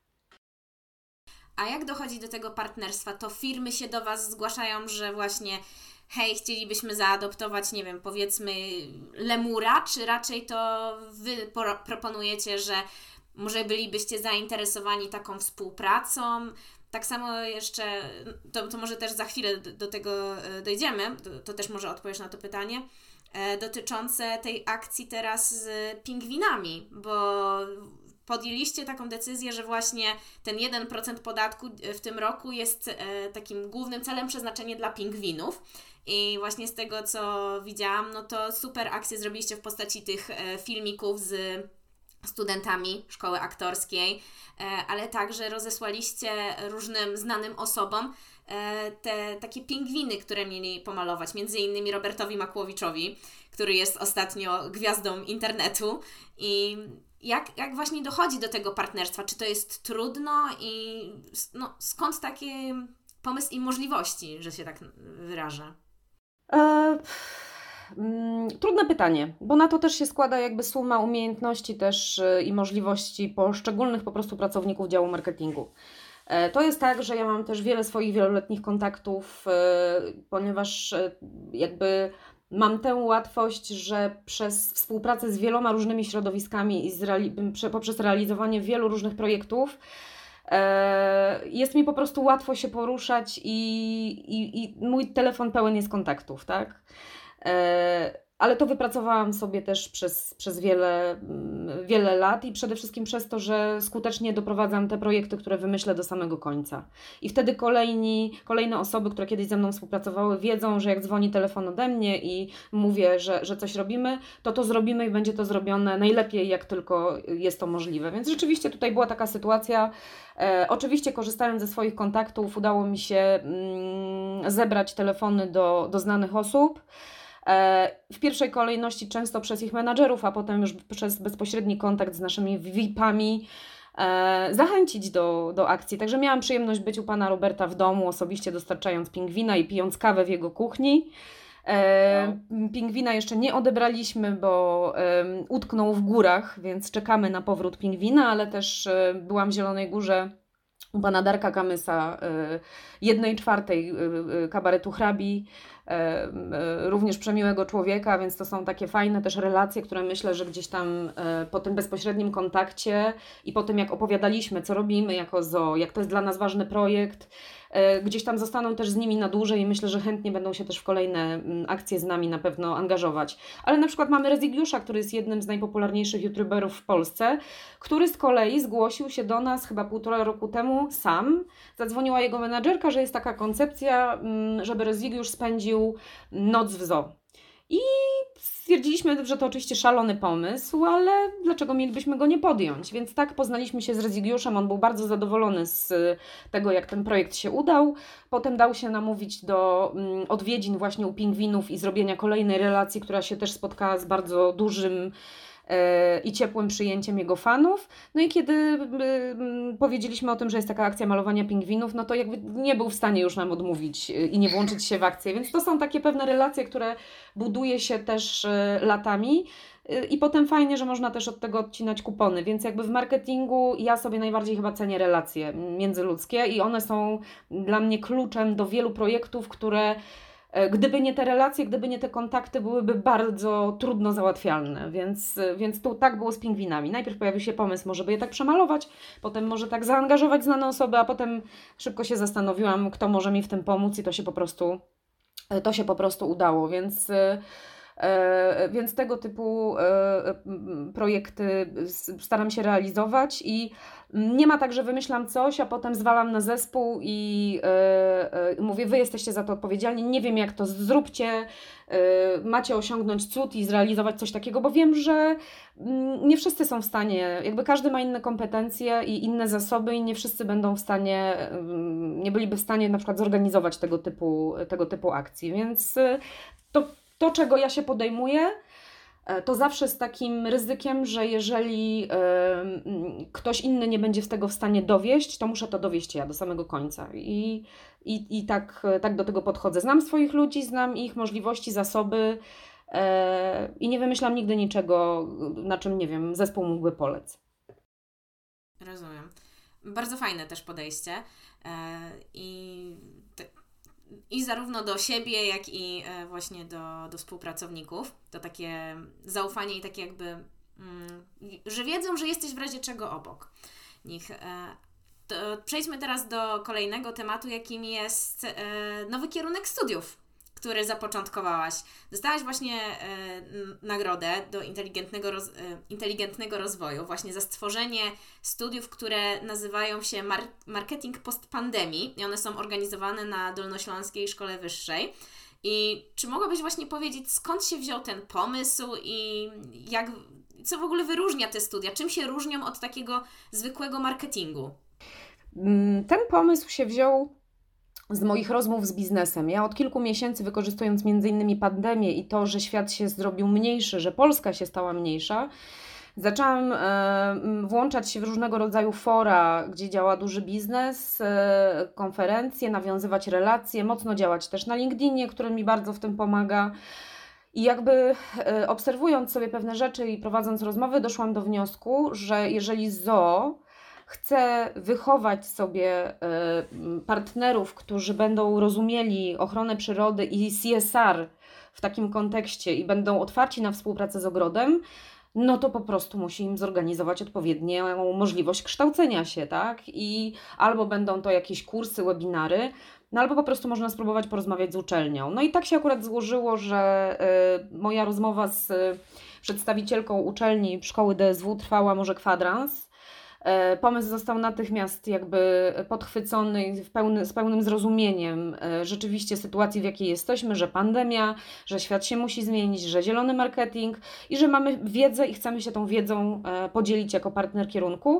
A jak dochodzi do tego partnerstwa? To firmy się do Was zgłaszają, że właśnie hej, chcielibyśmy zaadoptować, nie wiem, powiedzmy lemura, czy raczej to Wy proponujecie, że może bylibyście zainteresowani taką współpracą? Tak samo jeszcze, to może też za chwilę do tego dojdziemy, to też może odpowiesz na to pytanie, dotyczące tej akcji teraz z pingwinami, bo podjęliście taką decyzję, że właśnie ten 1% podatku w tym roku jest takim głównym celem przeznaczenia dla pingwinów. I właśnie z tego, co widziałam, no to super akcję zrobiliście w postaci tych filmików z studentami szkoły aktorskiej, ale także rozesłaliście różnym znanym osobom te takie pingwiny, które mieli pomalować, między innymi Robertowi Makłowiczowi, który jest ostatnio gwiazdą internetu. I jak właśnie dochodzi do tego partnerstwa? Czy to jest trudno i skąd taki pomysł i możliwości, że się tak wyrażę? Trudne pytanie, bo na to też się składa jakby suma umiejętności też i możliwości poszczególnych po prostu pracowników działu marketingu. To jest tak, że ja mam też wiele swoich wieloletnich kontaktów, ponieważ jakby mam tę łatwość, że przez współpracę z wieloma różnymi środowiskami i poprzez realizowanie wielu różnych projektów jest mi po prostu łatwo się poruszać i mój telefon pełen jest kontaktów, tak? Ale to wypracowałam sobie też przez wiele lat i przede wszystkim przez to, że skutecznie doprowadzam te projekty, które wymyślę, do samego końca. I wtedy kolejne osoby, które kiedyś ze mną współpracowały, wiedzą, że jak dzwoni telefon ode mnie i mówię, że coś robimy, to zrobimy i będzie to zrobione najlepiej, jak tylko jest to możliwe. Więc rzeczywiście tutaj była taka sytuacja. Oczywiście korzystając ze swoich kontaktów udało mi się zebrać telefony do znanych osób. W pierwszej kolejności często przez ich menadżerów, a potem już przez bezpośredni kontakt z naszymi VIP-ami zachęcić do akcji. Także miałam przyjemność być u pana Roberta w domu, osobiście dostarczając pingwina i pijąc kawę w jego kuchni. Pingwina jeszcze nie odebraliśmy, bo utknął w górach, więc czekamy na powrót pingwina, ale też byłam w Zielonej Górze u pana Darka Kamysa, 1/4 kabaretu Hrabi, również przemiłego człowieka, więc to są takie fajne też relacje, które myślę, że gdzieś tam po tym bezpośrednim kontakcie i po tym, jak opowiadaliśmy, co robimy jako zoo, jak to jest dla nas ważny projekt, gdzieś tam zostaną też z nimi na dłużej i myślę, że chętnie będą się też w kolejne akcje z nami na pewno angażować. Ale na przykład mamy Rezygiusza, który jest jednym z najpopularniejszych youtuberów w Polsce, który z kolei zgłosił się do nas chyba 1,5 roku temu sam. Zadzwoniła jego menadżerka, że jest taka koncepcja, żeby Rezygiusz spędził noc w zoo. I stwierdziliśmy, że to oczywiście szalony pomysł, ale dlaczego mielibyśmy go nie podjąć? Więc tak poznaliśmy się z Rezygiuszem, on był bardzo zadowolony z tego, jak ten projekt się udał. Potem dał się namówić do odwiedzin właśnie u pingwinów i zrobienia kolejnej relacji, która się też spotkała z bardzo dużym i ciepłym przyjęciem jego fanów. No i kiedy powiedzieliśmy o tym, że jest taka akcja malowania pingwinów, no to jakby nie był w stanie już nam odmówić i nie włączyć się w akcję. Więc to są takie pewne relacje, które buduje się też latami. I potem fajnie, że można też od tego odcinać kupony, więc jakby w marketingu ja sobie najbardziej chyba cenię relacje międzyludzkie i one są dla mnie kluczem do wielu projektów, które gdyby nie te relacje, gdyby nie te kontakty, byłyby bardzo trudno załatwialne, więc tu tak było z pingwinami. Najpierw pojawił się pomysł, może by je tak przemalować, potem może tak zaangażować znane osoby, a potem szybko się zastanowiłam, kto może mi w tym pomóc i to się po prostu udało, więc tego typu projekty staram się realizować i nie ma tak, że wymyślam coś, a potem zwalam na zespół i mówię, wy jesteście za to odpowiedzialni, nie wiem jak to zróbcie, macie osiągnąć cud i zrealizować coś takiego, bo wiem, że nie wszyscy są w stanie, jakby każdy ma inne kompetencje i inne zasoby i nie wszyscy będą w stanie, nie byliby w stanie na przykład zorganizować tego typu akcji, więc to, czego ja się podejmuję, to zawsze z takim ryzykiem, że jeżeli ktoś inny nie będzie z tego w stanie dowieść, to muszę to dowieść ja do samego końca. I tak do tego podchodzę. Znam swoich ludzi, znam ich możliwości, zasoby i nie wymyślam nigdy niczego, na czym, nie wiem, zespół mógłby polec. Rozumiem. Bardzo fajne też podejście i zarówno do siebie, jak i właśnie do współpracowników. To takie zaufanie i takie jakby, że wiedzą, że jesteś w razie czego obok nich. To przejdźmy teraz do kolejnego tematu, jakim jest nowy kierunek studiów, który zapoczątkowałaś. Dostałaś właśnie nagrodę do inteligentnego rozwoju właśnie za stworzenie studiów, które nazywają się Marketing Post-Pandemii i one są organizowane na Dolnośląskiej Szkole Wyższej. I czy mogłabyś właśnie powiedzieć, skąd się wziął ten pomysł i co w ogóle wyróżnia te studia? Czym się różnią od takiego zwykłego marketingu? Ten pomysł się wziął z moich rozmów z biznesem. Ja od kilku miesięcy, wykorzystując m.in. pandemię i to, że świat się zrobił mniejszy, że Polska się stała mniejsza, zaczęłam włączać się w różnego rodzaju fora, gdzie działa duży biznes, konferencje, nawiązywać relacje, mocno działać też na LinkedInie, który mi bardzo w tym pomaga. I jakby obserwując sobie pewne rzeczy i prowadząc rozmowy, doszłam do wniosku, że jeżeli zoo chce wychować sobie partnerów, którzy będą rozumieli ochronę przyrody i CSR w takim kontekście i będą otwarci na współpracę z ogrodem, no to po prostu musi im zorganizować odpowiednią możliwość kształcenia się, tak? I albo będą to jakieś kursy, webinary, no albo po prostu można spróbować porozmawiać z uczelnią. No i tak się akurat złożyło, że moja rozmowa z przedstawicielką uczelni szkoły DSW trwała może kwadrans. Pomysł został natychmiast jakby podchwycony z pełnym zrozumieniem rzeczywiście sytuacji, w jakiej jesteśmy, że pandemia, że świat się musi zmienić, że zielony marketing i że mamy wiedzę i chcemy się tą wiedzą podzielić jako partner kierunku.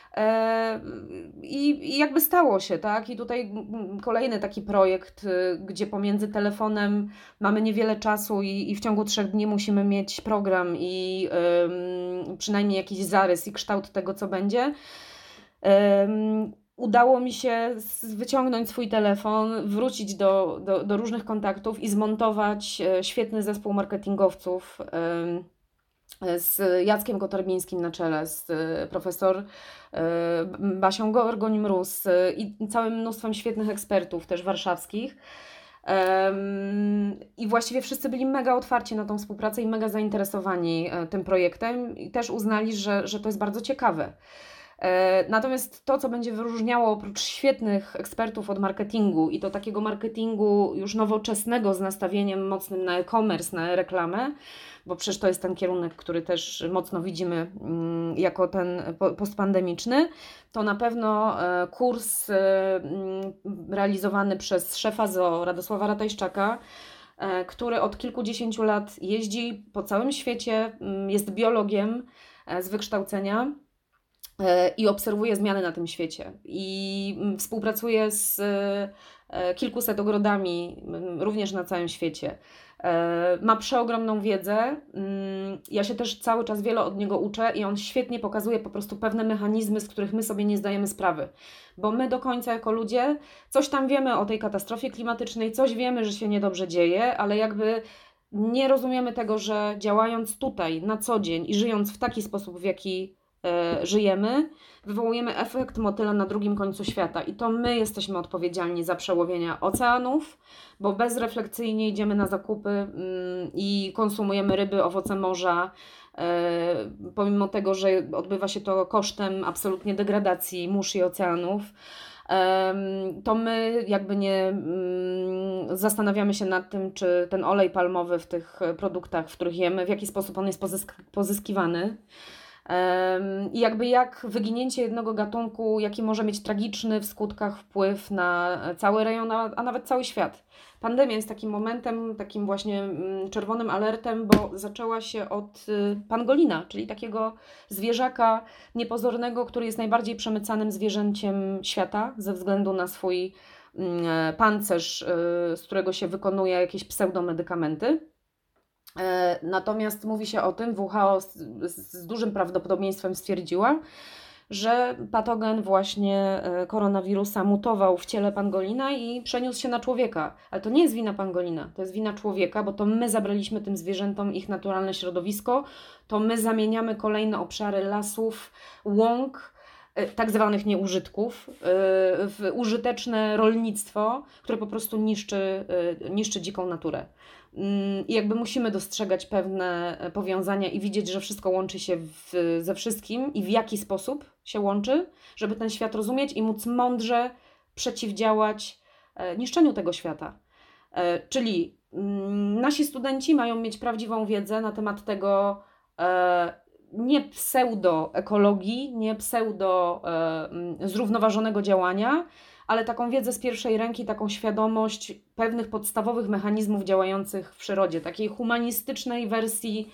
I jakby stało się, tak? I tutaj kolejny taki projekt, gdzie pomiędzy telefonem mamy niewiele czasu i w ciągu 3 dni musimy mieć program i przynajmniej jakiś zarys i kształt tego, co będzie. Udało mi się wyciągnąć swój telefon, wrócić do różnych kontaktów i zmontować świetny zespół marketingowców z Jackiem Kotarbińskim na czele, z profesor Basią Gorgoń-Mróz i całym mnóstwem świetnych ekspertów też warszawskich. I właściwie wszyscy byli mega otwarci na tą współpracę i mega zainteresowani tym projektem i też uznali, że to jest bardzo ciekawe. Natomiast to, co będzie wyróżniało oprócz świetnych ekspertów od marketingu i to takiego marketingu już nowoczesnego z nastawieniem mocnym na e-commerce, na reklamę, bo przecież to jest ten kierunek, który też mocno widzimy jako ten postpandemiczny, to na pewno kurs realizowany przez szefa ZOO Radosława Ratajczaka, który od kilkudziesięciu lat jeździ po całym świecie, jest biologiem z wykształcenia i obserwuje zmiany na tym świecie i współpracuje z kilkuset ogrodami również na całym świecie. Ma przeogromną wiedzę, ja się też cały czas wiele od niego uczę i on świetnie pokazuje po prostu pewne mechanizmy, z których my sobie nie zdajemy sprawy, bo my do końca jako ludzie coś tam wiemy o tej katastrofie klimatycznej, coś wiemy, że się niedobrze dzieje, ale jakby nie rozumiemy tego, że działając tutaj na co dzień i żyjąc w taki sposób, w jaki żyjemy, wywołujemy efekt motyla na drugim końcu świata i to my jesteśmy odpowiedzialni za przełowienia oceanów, bo bezrefleksyjnie idziemy na zakupy i konsumujemy ryby, owoce morza, pomimo tego, że odbywa się to kosztem absolutnie degradacji mórz i oceanów. To my jakby nie zastanawiamy się nad tym, czy ten olej palmowy w tych produktach, w których jemy, w jaki sposób on jest pozyskiwany. I jakby jak wyginięcie jednego gatunku, jaki może mieć tragiczny w skutkach wpływ na cały rejon, a nawet cały świat. Pandemia jest takim momentem, takim właśnie czerwonym alertem, bo zaczęła się od pangolina, czyli takiego zwierzaka niepozornego, który jest najbardziej przemycanym zwierzęciem świata ze względu na swój pancerz, z którego się wykonuje jakieś pseudomedykamenty. Natomiast mówi się o tym, WHO z dużym prawdopodobieństwem stwierdziła, że patogen właśnie koronawirusa mutował w ciele pangolina i przeniósł się na człowieka. Ale to nie jest wina pangolina, to jest wina człowieka, bo to my zabraliśmy tym zwierzętom ich naturalne środowisko, to my zamieniamy kolejne obszary lasów, łąk, tak zwanych nieużytków, w użyteczne rolnictwo, które po prostu niszczy dziką naturę. I jakby musimy dostrzegać pewne powiązania i widzieć, że wszystko łączy się ze wszystkim i w jaki sposób się łączy, żeby ten świat rozumieć i móc mądrze przeciwdziałać niszczeniu tego świata. Czyli nasi studenci mają mieć prawdziwą wiedzę na temat tego, nie pseudo-ekologii, nie pseudo-zrównoważonego działania, ale taką wiedzę z pierwszej ręki, taką świadomość pewnych podstawowych mechanizmów działających w przyrodzie, takiej humanistycznej wersji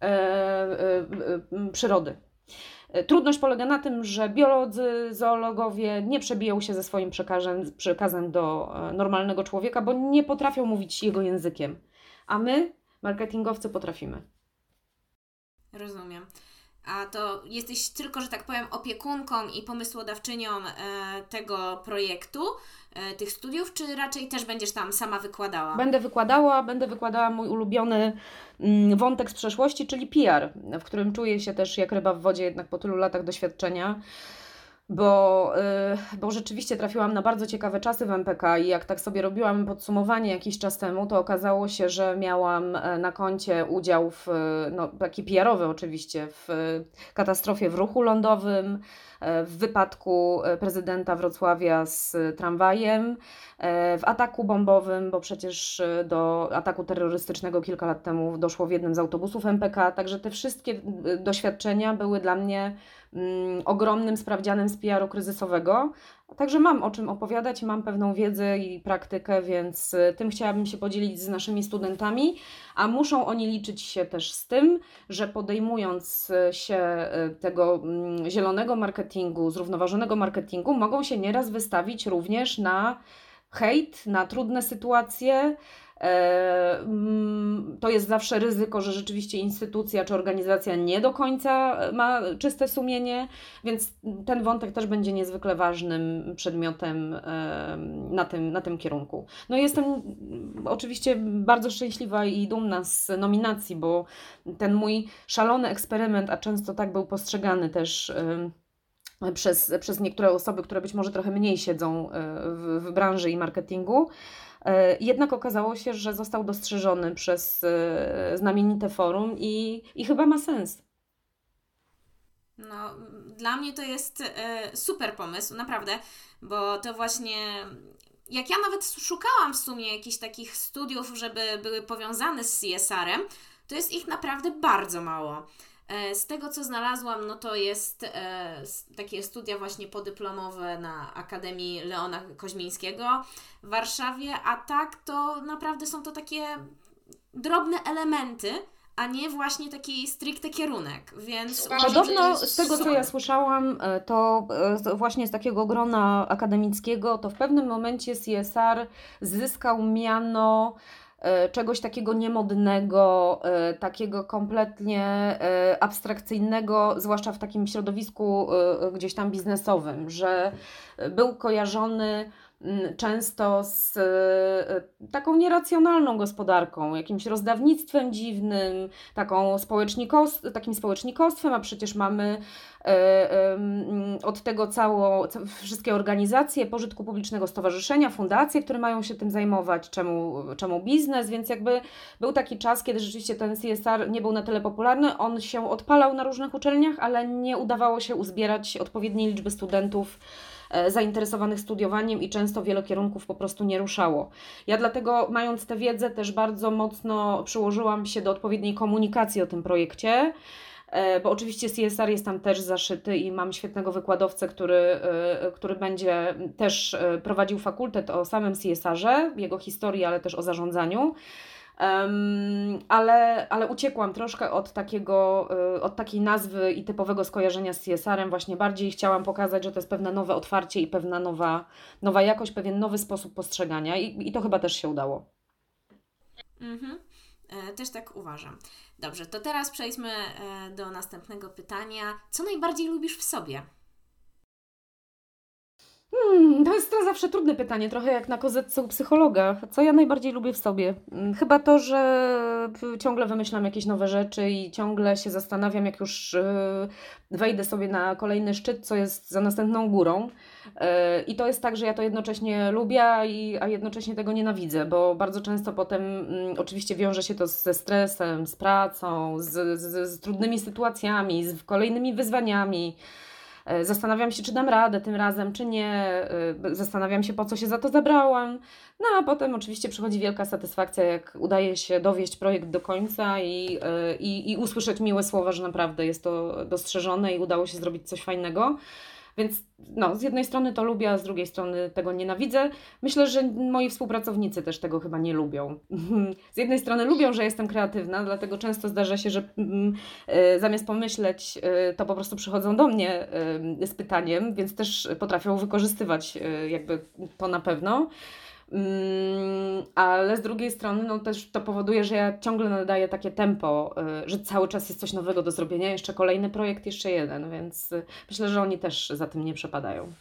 przyrody. Trudność polega na tym, że biolodzy, zoologowie nie przebiją się ze swoim przekazem do normalnego człowieka, bo nie potrafią mówić jego językiem, a my, marketingowcy, potrafimy. Rozumiem. A to jesteś tylko, że tak powiem, opiekunką i pomysłodawczynią tego projektu, tych studiów, czy raczej też będziesz tam sama wykładała? Będę wykładała mój ulubiony wątek z przeszłości, czyli PR, w którym czuję się też jak ryba w wodzie, jednak po tylu latach doświadczenia. bo rzeczywiście trafiłam na bardzo ciekawe czasy w MPK i jak tak sobie robiłam podsumowanie jakiś czas temu, to okazało się, że miałam na koncie udział w, no taki PR-owy oczywiście, w katastrofie w ruchu lądowym, w wypadku prezydenta Wrocławia z tramwajem, w ataku bombowym, bo przecież do ataku terrorystycznego kilka lat temu doszło w jednym z autobusów MPK, także te wszystkie doświadczenia były dla mnie ogromnym sprawdzianem z PR-u kryzysowego. Także mam o czym opowiadać, mam pewną wiedzę i praktykę, więc tym chciałabym się podzielić z naszymi studentami, a muszą oni liczyć się też z tym, że podejmując się tego zielonego marketingu, zrównoważonego marketingu, mogą się nieraz wystawić również na hejt, na trudne sytuacje. To jest zawsze ryzyko, że rzeczywiście instytucja czy organizacja nie do końca ma czyste sumienie, więc ten wątek też będzie niezwykle ważnym przedmiotem na tym kierunku. No jestem oczywiście bardzo szczęśliwa i dumna z nominacji, bo ten mój szalony eksperyment, a często tak był postrzegany też przez niektóre osoby, które być może trochę mniej siedzą w branży i marketingu. Jednak okazało się, że został dostrzeżony przez znamienite forum i chyba ma sens. No, dla mnie to jest super pomysł, naprawdę, bo to właśnie, jak ja nawet szukałam w sumie jakichś takich studiów, żeby były powiązane z CSR-em, to jest ich naprawdę bardzo mało. Z tego, co znalazłam, no to jest takie studia właśnie podyplomowe na Akademii Leona Koźmińskiego w Warszawie, a tak to naprawdę są to takie drobne elementy, a nie właśnie taki stricte kierunek, więc podobno z tego, co ja słyszałam, to właśnie z takiego grona akademickiego, to w pewnym momencie CSR zyskał miano czegoś takiego niemodnego, takiego kompletnie abstrakcyjnego, zwłaszcza w takim środowisku gdzieś tam biznesowym, że był kojarzony często z taką nieracjonalną gospodarką, jakimś rozdawnictwem dziwnym, takim społecznikostwem, a przecież mamy od tego wszystkie organizacje pożytku publicznego, stowarzyszenia, fundacje, które mają się tym zajmować, czemu biznes, więc jakby był taki czas, kiedy rzeczywiście ten CSR nie był na tyle popularny, on się odpalał na różnych uczelniach, ale nie udawało się uzbierać odpowiedniej liczby studentów zainteresowanych studiowaniem i często wiele kierunków po prostu nie ruszało. Ja dlatego, mając tę wiedzę, też bardzo mocno przyłożyłam się do odpowiedniej komunikacji o tym projekcie, bo oczywiście CSR jest tam też zaszyty i mam świetnego wykładowcę, który będzie też prowadził fakultet o samym CSR-ze, jego historii, ale też o zarządzaniu. Ale uciekłam troszkę od takiej nazwy i typowego skojarzenia z CSR-em. Właśnie bardziej chciałam pokazać, że to jest pewne nowe otwarcie i pewna nowa jakość, pewien nowy sposób postrzegania i to chyba też się udało. Też tak uważam. Dobrze, to teraz przejdźmy do następnego pytania. Co najbardziej lubisz w sobie? To jest to zawsze trudne pytanie, trochę jak na kozetce u psychologa. Co ja najbardziej lubię w sobie? Chyba to, że ciągle wymyślam jakieś nowe rzeczy i ciągle się zastanawiam, jak już wejdę sobie na kolejny szczyt, co jest za następną górą. I to jest tak, że ja to jednocześnie lubię, a jednocześnie tego nienawidzę, bo bardzo często potem oczywiście wiąże się to ze stresem, z pracą, z trudnymi sytuacjami, z kolejnymi wyzwaniami. Zastanawiam się, czy dam radę tym razem, czy nie. Zastanawiam się, po co się za to zabrałam. No a potem oczywiście przychodzi wielka satysfakcja, jak udaje się dowieść projekt do końca i usłyszeć miłe słowa, że naprawdę jest to dostrzeżone i udało się zrobić coś fajnego. Więc no, z jednej strony to lubię, a z drugiej strony tego nienawidzę. Myślę, że moi współpracownicy też tego chyba nie lubią. Z jednej strony lubią, że jestem kreatywna, dlatego często zdarza się, że zamiast pomyśleć, to po prostu przychodzą do mnie z pytaniem, więc też potrafią wykorzystywać jakby to na pewno. Ale z drugiej strony no też to powoduje, że ja ciągle nadaję takie tempo, że cały czas jest coś nowego do zrobienia, jeszcze kolejny projekt, jeszcze jeden, więc myślę, że oni też za tym nie przepadają.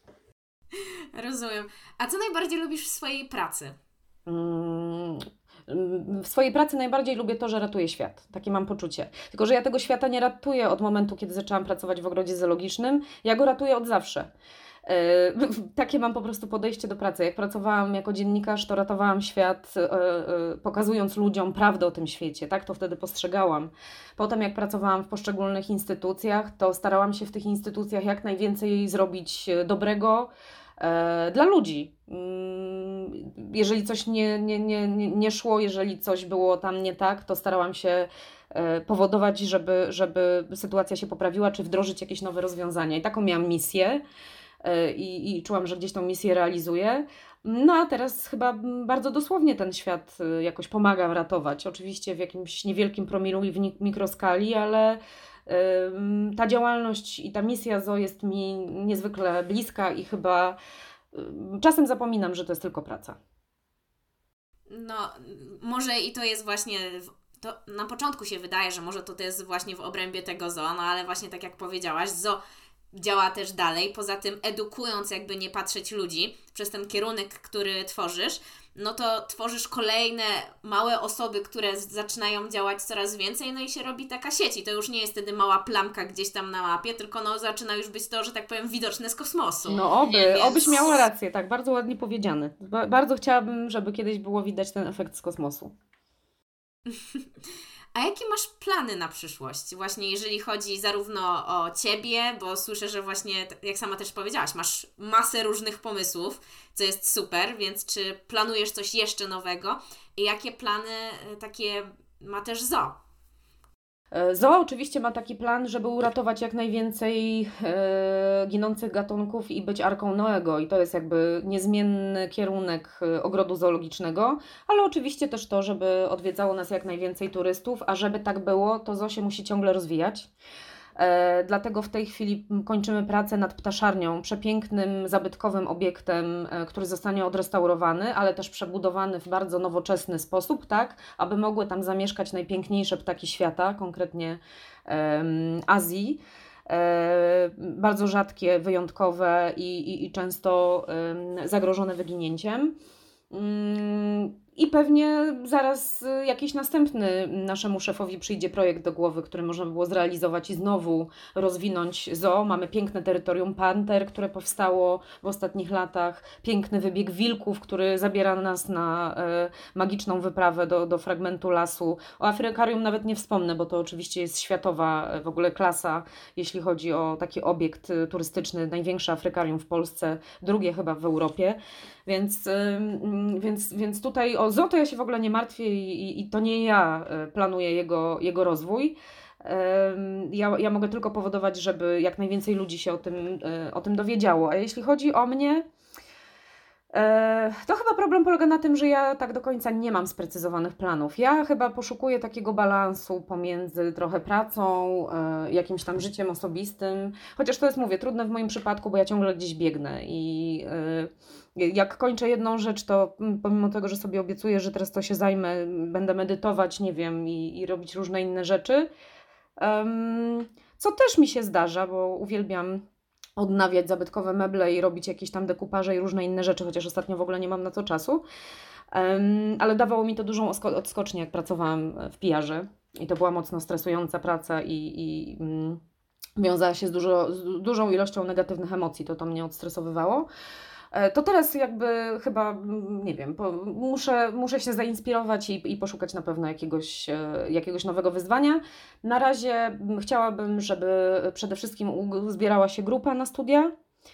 Rozumiem. A co najbardziej lubisz w swojej pracy? w swojej pracy najbardziej lubię to, że ratuję świat. Takie mam poczucie. Tylko że ja tego świata nie ratuję od momentu, kiedy zaczęłam pracować w ogrodzie zoologicznym. Ja go ratuję od zawsze. Takie mam po prostu podejście do pracy. Jak pracowałam jako dziennikarz, to ratowałam świat, pokazując ludziom prawdę o tym świecie, tak? To wtedy postrzegałam. Potem jak pracowałam w poszczególnych instytucjach, to starałam się w tych instytucjach jak najwięcej zrobić dobrego dla ludzi. Jeżeli coś nie szło, jeżeli coś było tam nie tak, to starałam się powodować, żeby sytuacja się poprawiła, czy wdrożyć jakieś nowe rozwiązania. I taką miałam misję. I czułam, że gdzieś tą misję realizuję. No a teraz chyba bardzo dosłownie ten świat jakoś pomagam ratować. Oczywiście w jakimś niewielkim promilu i w mikroskali, ale ta działalność i ta misja ZOO jest mi niezwykle bliska i chyba czasem zapominam, że to jest tylko praca. No, może i to jest właśnie... To na początku się wydaje, że może to jest właśnie w obrębie tego ZOO, no ale właśnie tak jak powiedziałaś, ZOO działa też dalej, poza tym edukując, jakby nie patrzeć ludzi przez ten kierunek, który tworzysz, no to tworzysz kolejne małe osoby, które zaczynają działać coraz więcej, no i się robi taka sieć i to już nie jest wtedy mała plamka gdzieś tam na mapie, tylko no zaczyna już być to, że tak powiem, widoczne z kosmosu. No obyś miała rację, tak, bardzo ładnie powiedziane. Bardzo chciałabym, żeby kiedyś było widać ten efekt z kosmosu. A jakie masz plany na przyszłość? Właśnie jeżeli chodzi zarówno o Ciebie, bo słyszę, że właśnie, jak sama też powiedziałaś, masz masę różnych pomysłów, co jest super, więc czy planujesz coś jeszcze nowego? I jakie plany takie ma też ZOO? ZOO oczywiście ma taki plan, żeby uratować jak najwięcej ginących gatunków i być arką Noego i to jest jakby niezmienny kierunek ogrodu zoologicznego, ale oczywiście też to, żeby odwiedzało nas jak najwięcej turystów, a żeby tak było, to ZOO się musi ciągle rozwijać. Dlatego w tej chwili kończymy pracę nad ptaszarnią, przepięknym, zabytkowym obiektem, który zostanie odrestaurowany, ale też przebudowany w bardzo nowoczesny sposób, tak, aby mogły tam zamieszkać najpiękniejsze ptaki świata, konkretnie Azji. Bardzo rzadkie, wyjątkowe i często zagrożone wyginięciem. I pewnie zaraz jakiś następny naszemu szefowi przyjdzie projekt do głowy, który można by było zrealizować i znowu rozwinąć ZOO. Mamy piękne terytorium panter, które powstało w ostatnich latach, piękny wybieg wilków, który zabiera nas na magiczną wyprawę do fragmentu lasu. O Afrykarium nawet nie wspomnę, bo to oczywiście jest światowa w ogóle klasa, jeśli chodzi o taki obiekt turystyczny, największe Afrykarium w Polsce, drugie chyba w Europie. Więc tutaj o ZOO to ja się w ogóle nie martwię i to nie ja planuję jego rozwój. Ja mogę tylko powodować, żeby jak najwięcej ludzi się o tym dowiedziało. A jeśli chodzi o mnie, to chyba problem polega na tym, że ja tak do końca nie mam sprecyzowanych planów. Ja chyba poszukuję takiego balansu pomiędzy trochę pracą, jakimś tam życiem osobistym. Chociaż to jest, mówię, trudne w moim przypadku, bo ja ciągle gdzieś biegnę i jak kończę jedną rzecz, to pomimo tego, że sobie obiecuję, że teraz to się zajmę, będę medytować, nie wiem, i robić różne inne rzeczy, co też mi się zdarza, bo uwielbiam odnawiać zabytkowe meble i robić jakieś tam dekupaże i różne inne rzeczy, chociaż ostatnio w ogóle nie mam na to czasu. Ale dawało mi to dużą odskocznię, jak pracowałam w PR-ze i to była mocno stresująca praca i wiązała się z dużą ilością negatywnych emocji, to mnie odstresowywało. To teraz jakby chyba, nie wiem, muszę się zainspirować i poszukać na pewno jakiegoś nowego wyzwania. Na razie chciałabym, żeby przede wszystkim zbierała się grupa na studia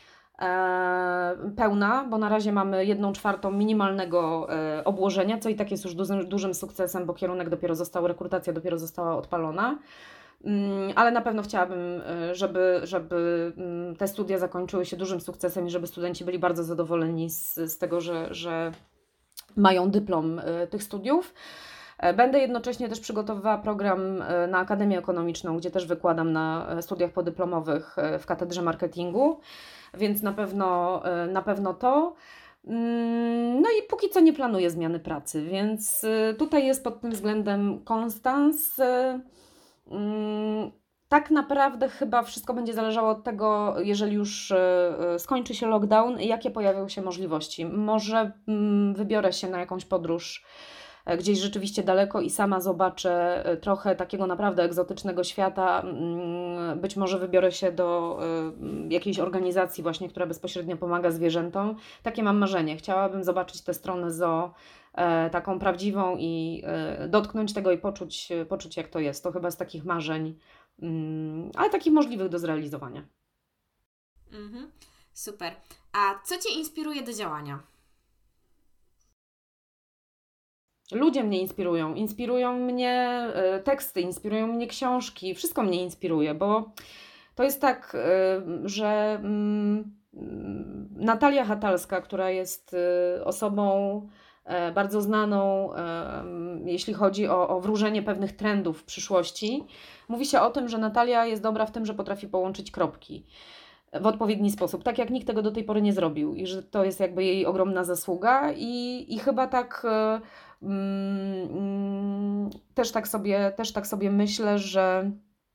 pełna, bo na razie mamy 1/4 minimalnego obłożenia, co i tak jest już dużym sukcesem, bo rekrutacja dopiero została odpalona. Ale na pewno chciałabym, żeby te studia zakończyły się dużym sukcesem i żeby studenci byli bardzo zadowoleni z tego, że mają dyplom tych studiów. Będę jednocześnie też przygotowywała program na Akademię Ekonomiczną, gdzie też wykładam na studiach podyplomowych w katedrze marketingu, więc na pewno to. No i póki co nie planuję zmiany pracy, więc tutaj jest pod tym względem konstans. Tak naprawdę chyba wszystko będzie zależało od tego, jeżeli już skończy się lockdown, jakie pojawią się możliwości. Może wybiorę się na jakąś podróż gdzieś rzeczywiście daleko i sama zobaczę trochę takiego naprawdę egzotycznego świata. Być może wybiorę się do jakiejś organizacji właśnie, która bezpośrednio pomaga zwierzętom. Takie mam marzenie. Chciałabym zobaczyć tę stronę zoo taką prawdziwą i dotknąć tego i poczuć jak to jest. To chyba z takich marzeń, ale takich możliwych do zrealizowania. Super. A co Cię inspiruje do działania? Ludzie mnie inspirują mnie teksty, inspirują mnie książki, wszystko mnie inspiruje, bo to jest tak, że Natalia Hatalska, która jest osobą bardzo znaną, jeśli chodzi o wróżenie pewnych trendów w przyszłości, mówi się o tym, że Natalia jest dobra w tym, że potrafi połączyć kropki w odpowiedni sposób, tak jak nikt tego do tej pory nie zrobił i że to jest jakby jej ogromna zasługa i chyba tak też tak sobie myślę, że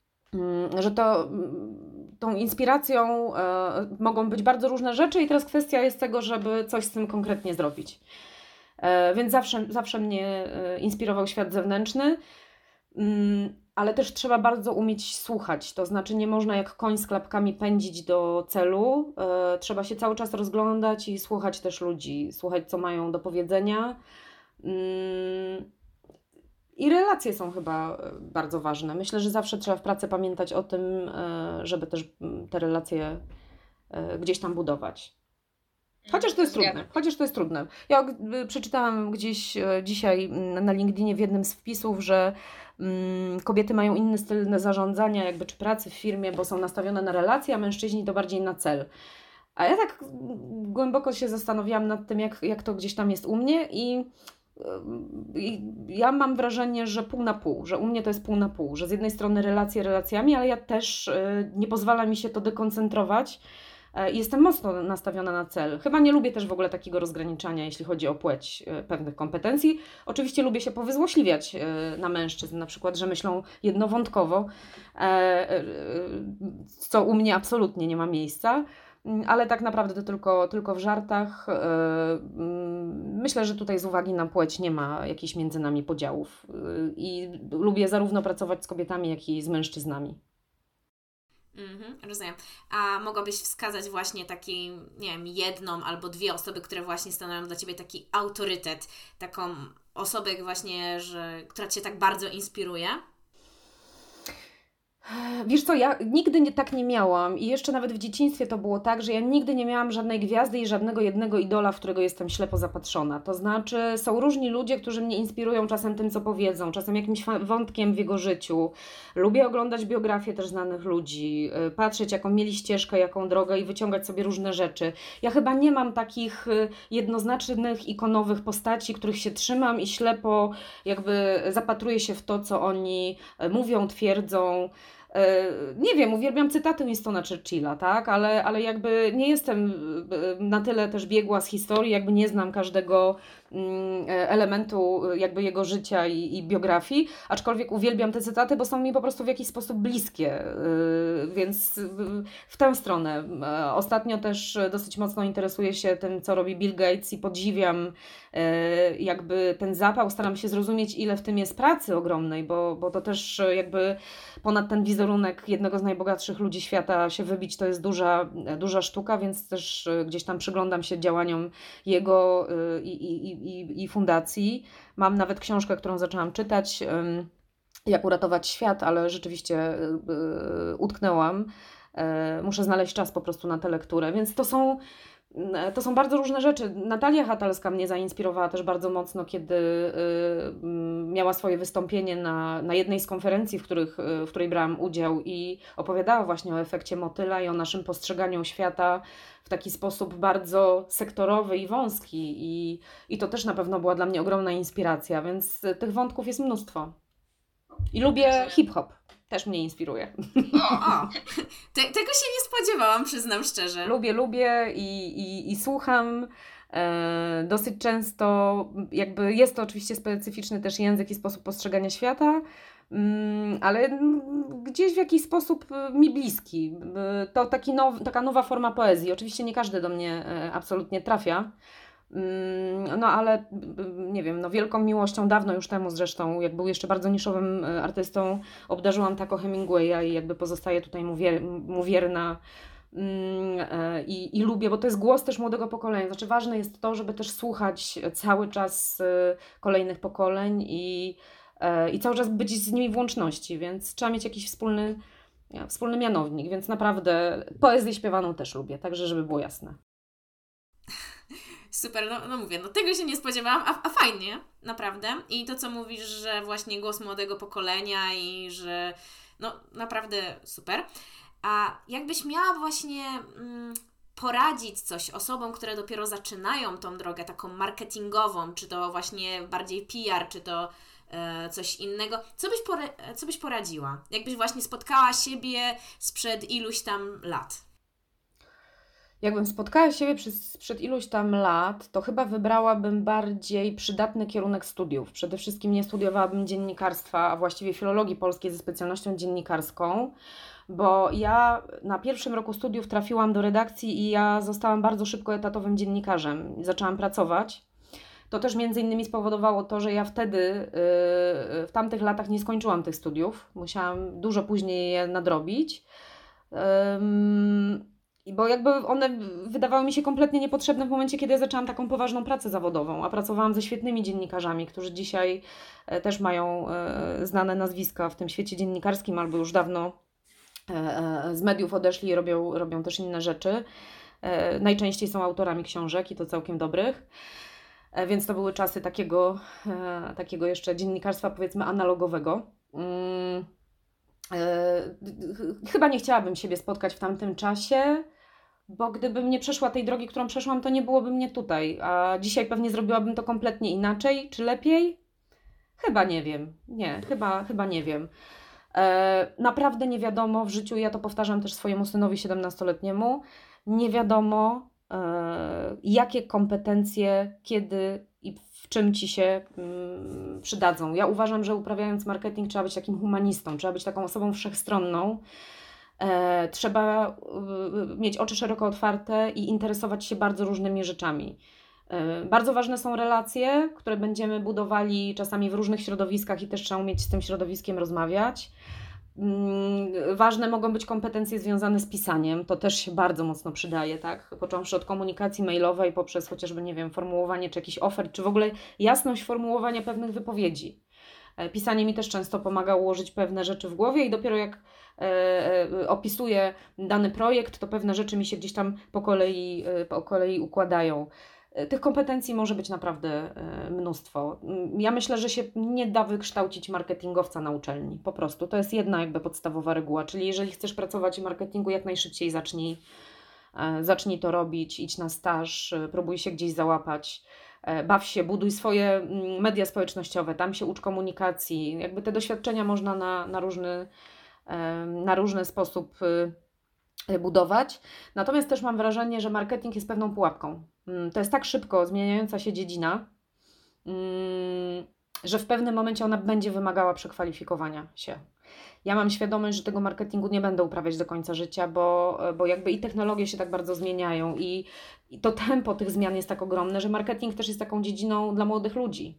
tą inspiracją mogą być bardzo różne rzeczy i teraz kwestia jest tego, żeby coś z tym konkretnie zrobić. Więc zawsze mnie inspirował świat zewnętrzny, ale też trzeba bardzo umieć słuchać, to znaczy nie można jak koń z klapkami pędzić do celu, trzeba się cały czas rozglądać i słuchać też ludzi, słuchać co mają do powiedzenia. I relacje są chyba bardzo ważne. Myślę, że zawsze trzeba w pracy pamiętać o tym, żeby też te relacje gdzieś tam budować. Chociaż to jest trudne. Ja przeczytałam gdzieś dzisiaj na LinkedInie w jednym z wpisów, że kobiety mają inny styl zarządzania jakby czy pracy w firmie, bo są nastawione na relacje, a mężczyźni to bardziej na cel. A ja tak głęboko się zastanawiałam nad tym, jak to gdzieś tam jest u mnie i ja mam wrażenie, że pół na pół, że u mnie to jest pół na pół, że z jednej strony relacje relacjami, ale ja też nie pozwala mi się to dekoncentrować. Jestem mocno nastawiona na cel. Chyba nie lubię też w ogóle takiego rozgraniczania, jeśli chodzi o płeć pewnych kompetencji. Oczywiście lubię się powyzłośliwiać na mężczyzn, na przykład, że myślą jednowątkowo, co u mnie absolutnie nie ma miejsca, ale tak naprawdę to tylko w żartach. Myślę, że tutaj z uwagi na płeć nie ma jakichś między nami podziałów i lubię zarówno pracować z kobietami, jak i z mężczyznami. Rozumiem. A mogłabyś wskazać właśnie taki, nie wiem, jedną albo dwie osoby, które właśnie stanowią dla Ciebie taki autorytet, taką osobę właśnie, która Cię tak bardzo inspiruje? Wiesz co, ja nigdy tak nie miałam i jeszcze nawet w dzieciństwie to było tak, że ja nigdy nie miałam żadnej gwiazdy i żadnego jednego idola, w którego jestem ślepo zapatrzona. To znaczy są różni ludzie, którzy mnie inspirują czasem tym, co powiedzą, czasem jakimś wątkiem w jego życiu. Lubię oglądać biografie też znanych ludzi, patrzeć jaką mieli ścieżkę, jaką drogę i wyciągać sobie różne rzeczy. Ja chyba nie mam takich jednoznacznych, ikonowych postaci, których się trzymam i ślepo jakby zapatruję się w to, co oni mówią, twierdzą. Nie wiem, uwielbiam cytaty Winstona Churchilla, tak? Ale jakby nie jestem na tyle też biegła z historii, jakby nie znam każdego elementu jakby jego życia i biografii, aczkolwiek uwielbiam te cytaty, bo są mi po prostu w jakiś sposób bliskie, więc w tę stronę. Ostatnio też dosyć mocno interesuję się tym, co robi Bill Gates i podziwiam jakby ten zapał, staram się zrozumieć, ile w tym jest pracy ogromnej, bo to też jakby ponad ten wizerunek jednego z najbogatszych ludzi świata się wybić, to jest duża sztuka, więc też gdzieś tam przyglądam się działaniom jego i fundacji. Mam nawet książkę, którą zaczęłam czytać, jak uratować świat, ale rzeczywiście utknęłam. Muszę znaleźć czas po prostu na tę lekturę, więc to są bardzo różne rzeczy. Natalia Hatalska mnie zainspirowała też bardzo mocno, kiedy miała swoje wystąpienie na jednej z konferencji, w której brałam udział i opowiadała właśnie o efekcie motyla i o naszym postrzeganiu świata w taki sposób bardzo sektorowy i wąski. I to też na pewno była dla mnie ogromna inspiracja, więc tych wątków jest mnóstwo. I lubię hip-hop. Też mnie inspiruje. Tego się nie spodziewałam, przyznam szczerze. Lubię i słucham. Dosyć często jakby jest to oczywiście specyficzny też język i sposób postrzegania świata, ale gdzieś w jakiś sposób mi bliski. To taka nowa forma poezji. Oczywiście nie każdy do mnie absolutnie trafia, No ale nie wiem, no wielką miłością dawno już temu zresztą, jak był jeszcze bardzo niszowym artystą, obdarzyłam Taco Hemingwaya i jakby pozostaje tutaj mu wierna. I lubię, bo to jest głos też młodego pokolenia. Znaczy ważne jest to, żeby też słuchać cały czas kolejnych pokoleń i cały czas być z nimi w łączności, więc trzeba mieć jakiś wspólny mianownik, więc naprawdę poezję śpiewaną też lubię, także żeby było jasne. Super, no mówię, no tego się nie spodziewałam, a fajnie, naprawdę. I to, co mówisz, że właśnie głos młodego pokolenia i że no naprawdę super. A jakbyś miała właśnie poradzić coś osobom, które dopiero zaczynają tą drogę taką marketingową, czy to właśnie bardziej PR, czy to coś innego, co byś poradziła? Jakbyś właśnie spotkała siebie sprzed iluś tam lat? Jakbym spotkała siebie przed iluś tam lat, to chyba wybrałabym bardziej przydatny kierunek studiów. Przede wszystkim nie studiowałabym dziennikarstwa, a właściwie filologii polskiej ze specjalnością dziennikarską, bo ja na pierwszym roku studiów trafiłam do redakcji i ja zostałam bardzo szybko etatowym dziennikarzem i zaczęłam pracować. To też między innymi spowodowało to, że ja wtedy, w tamtych latach nie skończyłam tych studiów. Musiałam dużo później je nadrobić. Bo jakby one wydawały mi się kompletnie niepotrzebne w momencie, kiedy ja zaczęłam taką poważną pracę zawodową, a pracowałam ze świetnymi dziennikarzami, którzy dzisiaj też mają znane nazwiska w tym świecie dziennikarskim albo już dawno z mediów odeszli i robią też inne rzeczy. Najczęściej są autorami książek i to całkiem dobrych. Więc to były czasy takiego jeszcze dziennikarstwa, powiedzmy, analogowego. Chyba nie chciałabym siebie spotkać w tamtym czasie, bo gdybym nie przeszła tej drogi, którą przeszłam, to nie byłoby mnie tutaj. A dzisiaj pewnie zrobiłabym to kompletnie inaczej, czy lepiej? Chyba nie wiem. Nie, chyba nie wiem. Naprawdę nie wiadomo w życiu, ja to powtarzam też swojemu synowi 17-letniemu, nie wiadomo, jakie kompetencje, kiedy i w czym Ci się przydadzą. Ja uważam, że uprawiając marketing trzeba być takim humanistą, trzeba być taką osobą wszechstronną. Trzeba mieć oczy szeroko otwarte i interesować się bardzo różnymi rzeczami. Bardzo ważne są relacje, które będziemy budowali czasami w różnych środowiskach i też trzeba umieć z tym środowiskiem rozmawiać. Ważne mogą być kompetencje związane z pisaniem, to też się bardzo mocno przydaje, tak? Począwszy od komunikacji mailowej, poprzez chociażby, nie wiem, formułowanie czy jakichś ofert, czy w ogóle jasność formułowania pewnych wypowiedzi. Pisanie mi też często pomaga ułożyć pewne rzeczy w głowie i dopiero jak opisuję dany projekt, to pewne rzeczy mi się gdzieś tam po kolei układają. Tych kompetencji może być naprawdę mnóstwo. Ja myślę, że się nie da wykształcić marketingowca na uczelni. Po prostu. To jest jedna jakby podstawowa reguła. Czyli jeżeli chcesz pracować w marketingu, jak najszybciej zacznij to robić, idź na staż, próbuj się gdzieś załapać, baw się, buduj swoje media społecznościowe, tam się ucz komunikacji. Jakby te doświadczenia można na różny sposób budować. Natomiast też mam wrażenie, że marketing jest pewną pułapką. To jest tak szybko zmieniająca się dziedzina, że w pewnym momencie ona będzie wymagała przekwalifikowania się. Ja mam świadomość, że tego marketingu nie będę uprawiać do końca życia, bo jakby i technologie się tak bardzo zmieniają i to tempo tych zmian jest tak ogromne, że marketing też jest taką dziedziną dla młodych ludzi.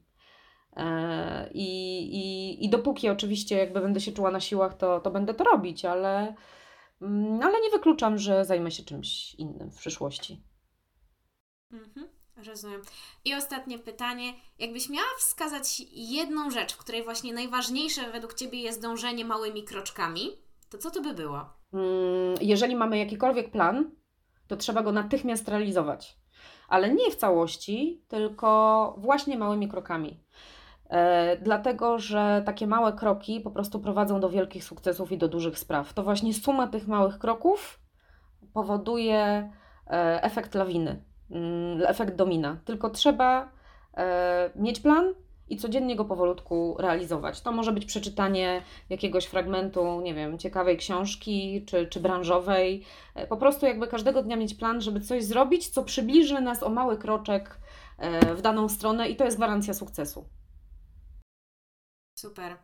I dopóki oczywiście jakby będę się czuła na siłach, to będę to robić, ale nie wykluczam, że zajmę się czymś innym w przyszłości. Rozumiem. I ostatnie pytanie. Jakbyś miała wskazać jedną rzecz, w której właśnie najważniejsze według Ciebie jest dążenie małymi kroczkami, to co to by było? Jeżeli mamy jakikolwiek plan, to trzeba go natychmiast realizować. Ale nie w całości, tylko właśnie małymi krokami. Dlatego, że takie małe kroki po prostu prowadzą do wielkich sukcesów i do dużych spraw. To właśnie suma tych małych kroków powoduje efekt lawiny, efekt domina. Tylko trzeba mieć plan i codziennie go powolutku realizować. To może być przeczytanie jakiegoś fragmentu, nie wiem, ciekawej książki czy branżowej. Po prostu jakby każdego dnia mieć plan, żeby coś zrobić, co przybliży nas o mały kroczek w daną stronę i to jest gwarancja sukcesu. Super.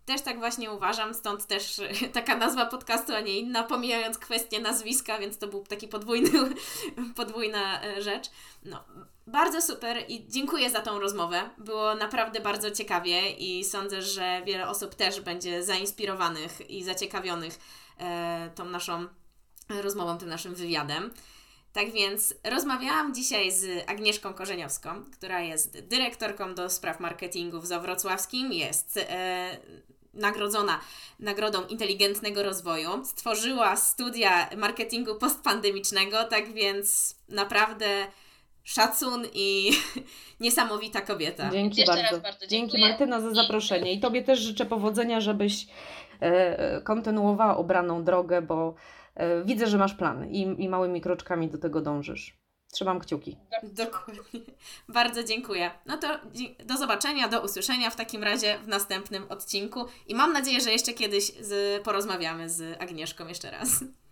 Też tak właśnie uważam, stąd też taka nazwa podcastu, a nie inna, pomijając kwestię nazwiska, więc to był taki podwójna rzecz. No, bardzo super i dziękuję za tą rozmowę. Było naprawdę bardzo ciekawie i sądzę, że wiele osób też będzie zainspirowanych i zaciekawionych tą naszą rozmową, tym naszym wywiadem. Tak więc rozmawiałam dzisiaj z Agnieszką Korzeniowską, która jest dyrektorką do spraw marketingu w Zoo Wrocławskim, jest nagrodzona Nagrodą Inteligentnego Rozwoju, stworzyła studia marketingu postpandemicznego, tak więc naprawdę szacun i niesamowita kobieta. Dzięki Jeszcze bardzo. raz bardzo Dzięki dziękuję. Martyna za zaproszenie i Tobie też życzę powodzenia, żebyś kontynuowała obraną drogę, bo widzę, że masz plan i małymi kroczkami do tego dążysz. Trzymam kciuki. Dokładnie. Bardzo dziękuję. No to do zobaczenia, do usłyszenia w takim razie w następnym odcinku i mam nadzieję, że jeszcze kiedyś porozmawiamy z Agnieszką jeszcze raz.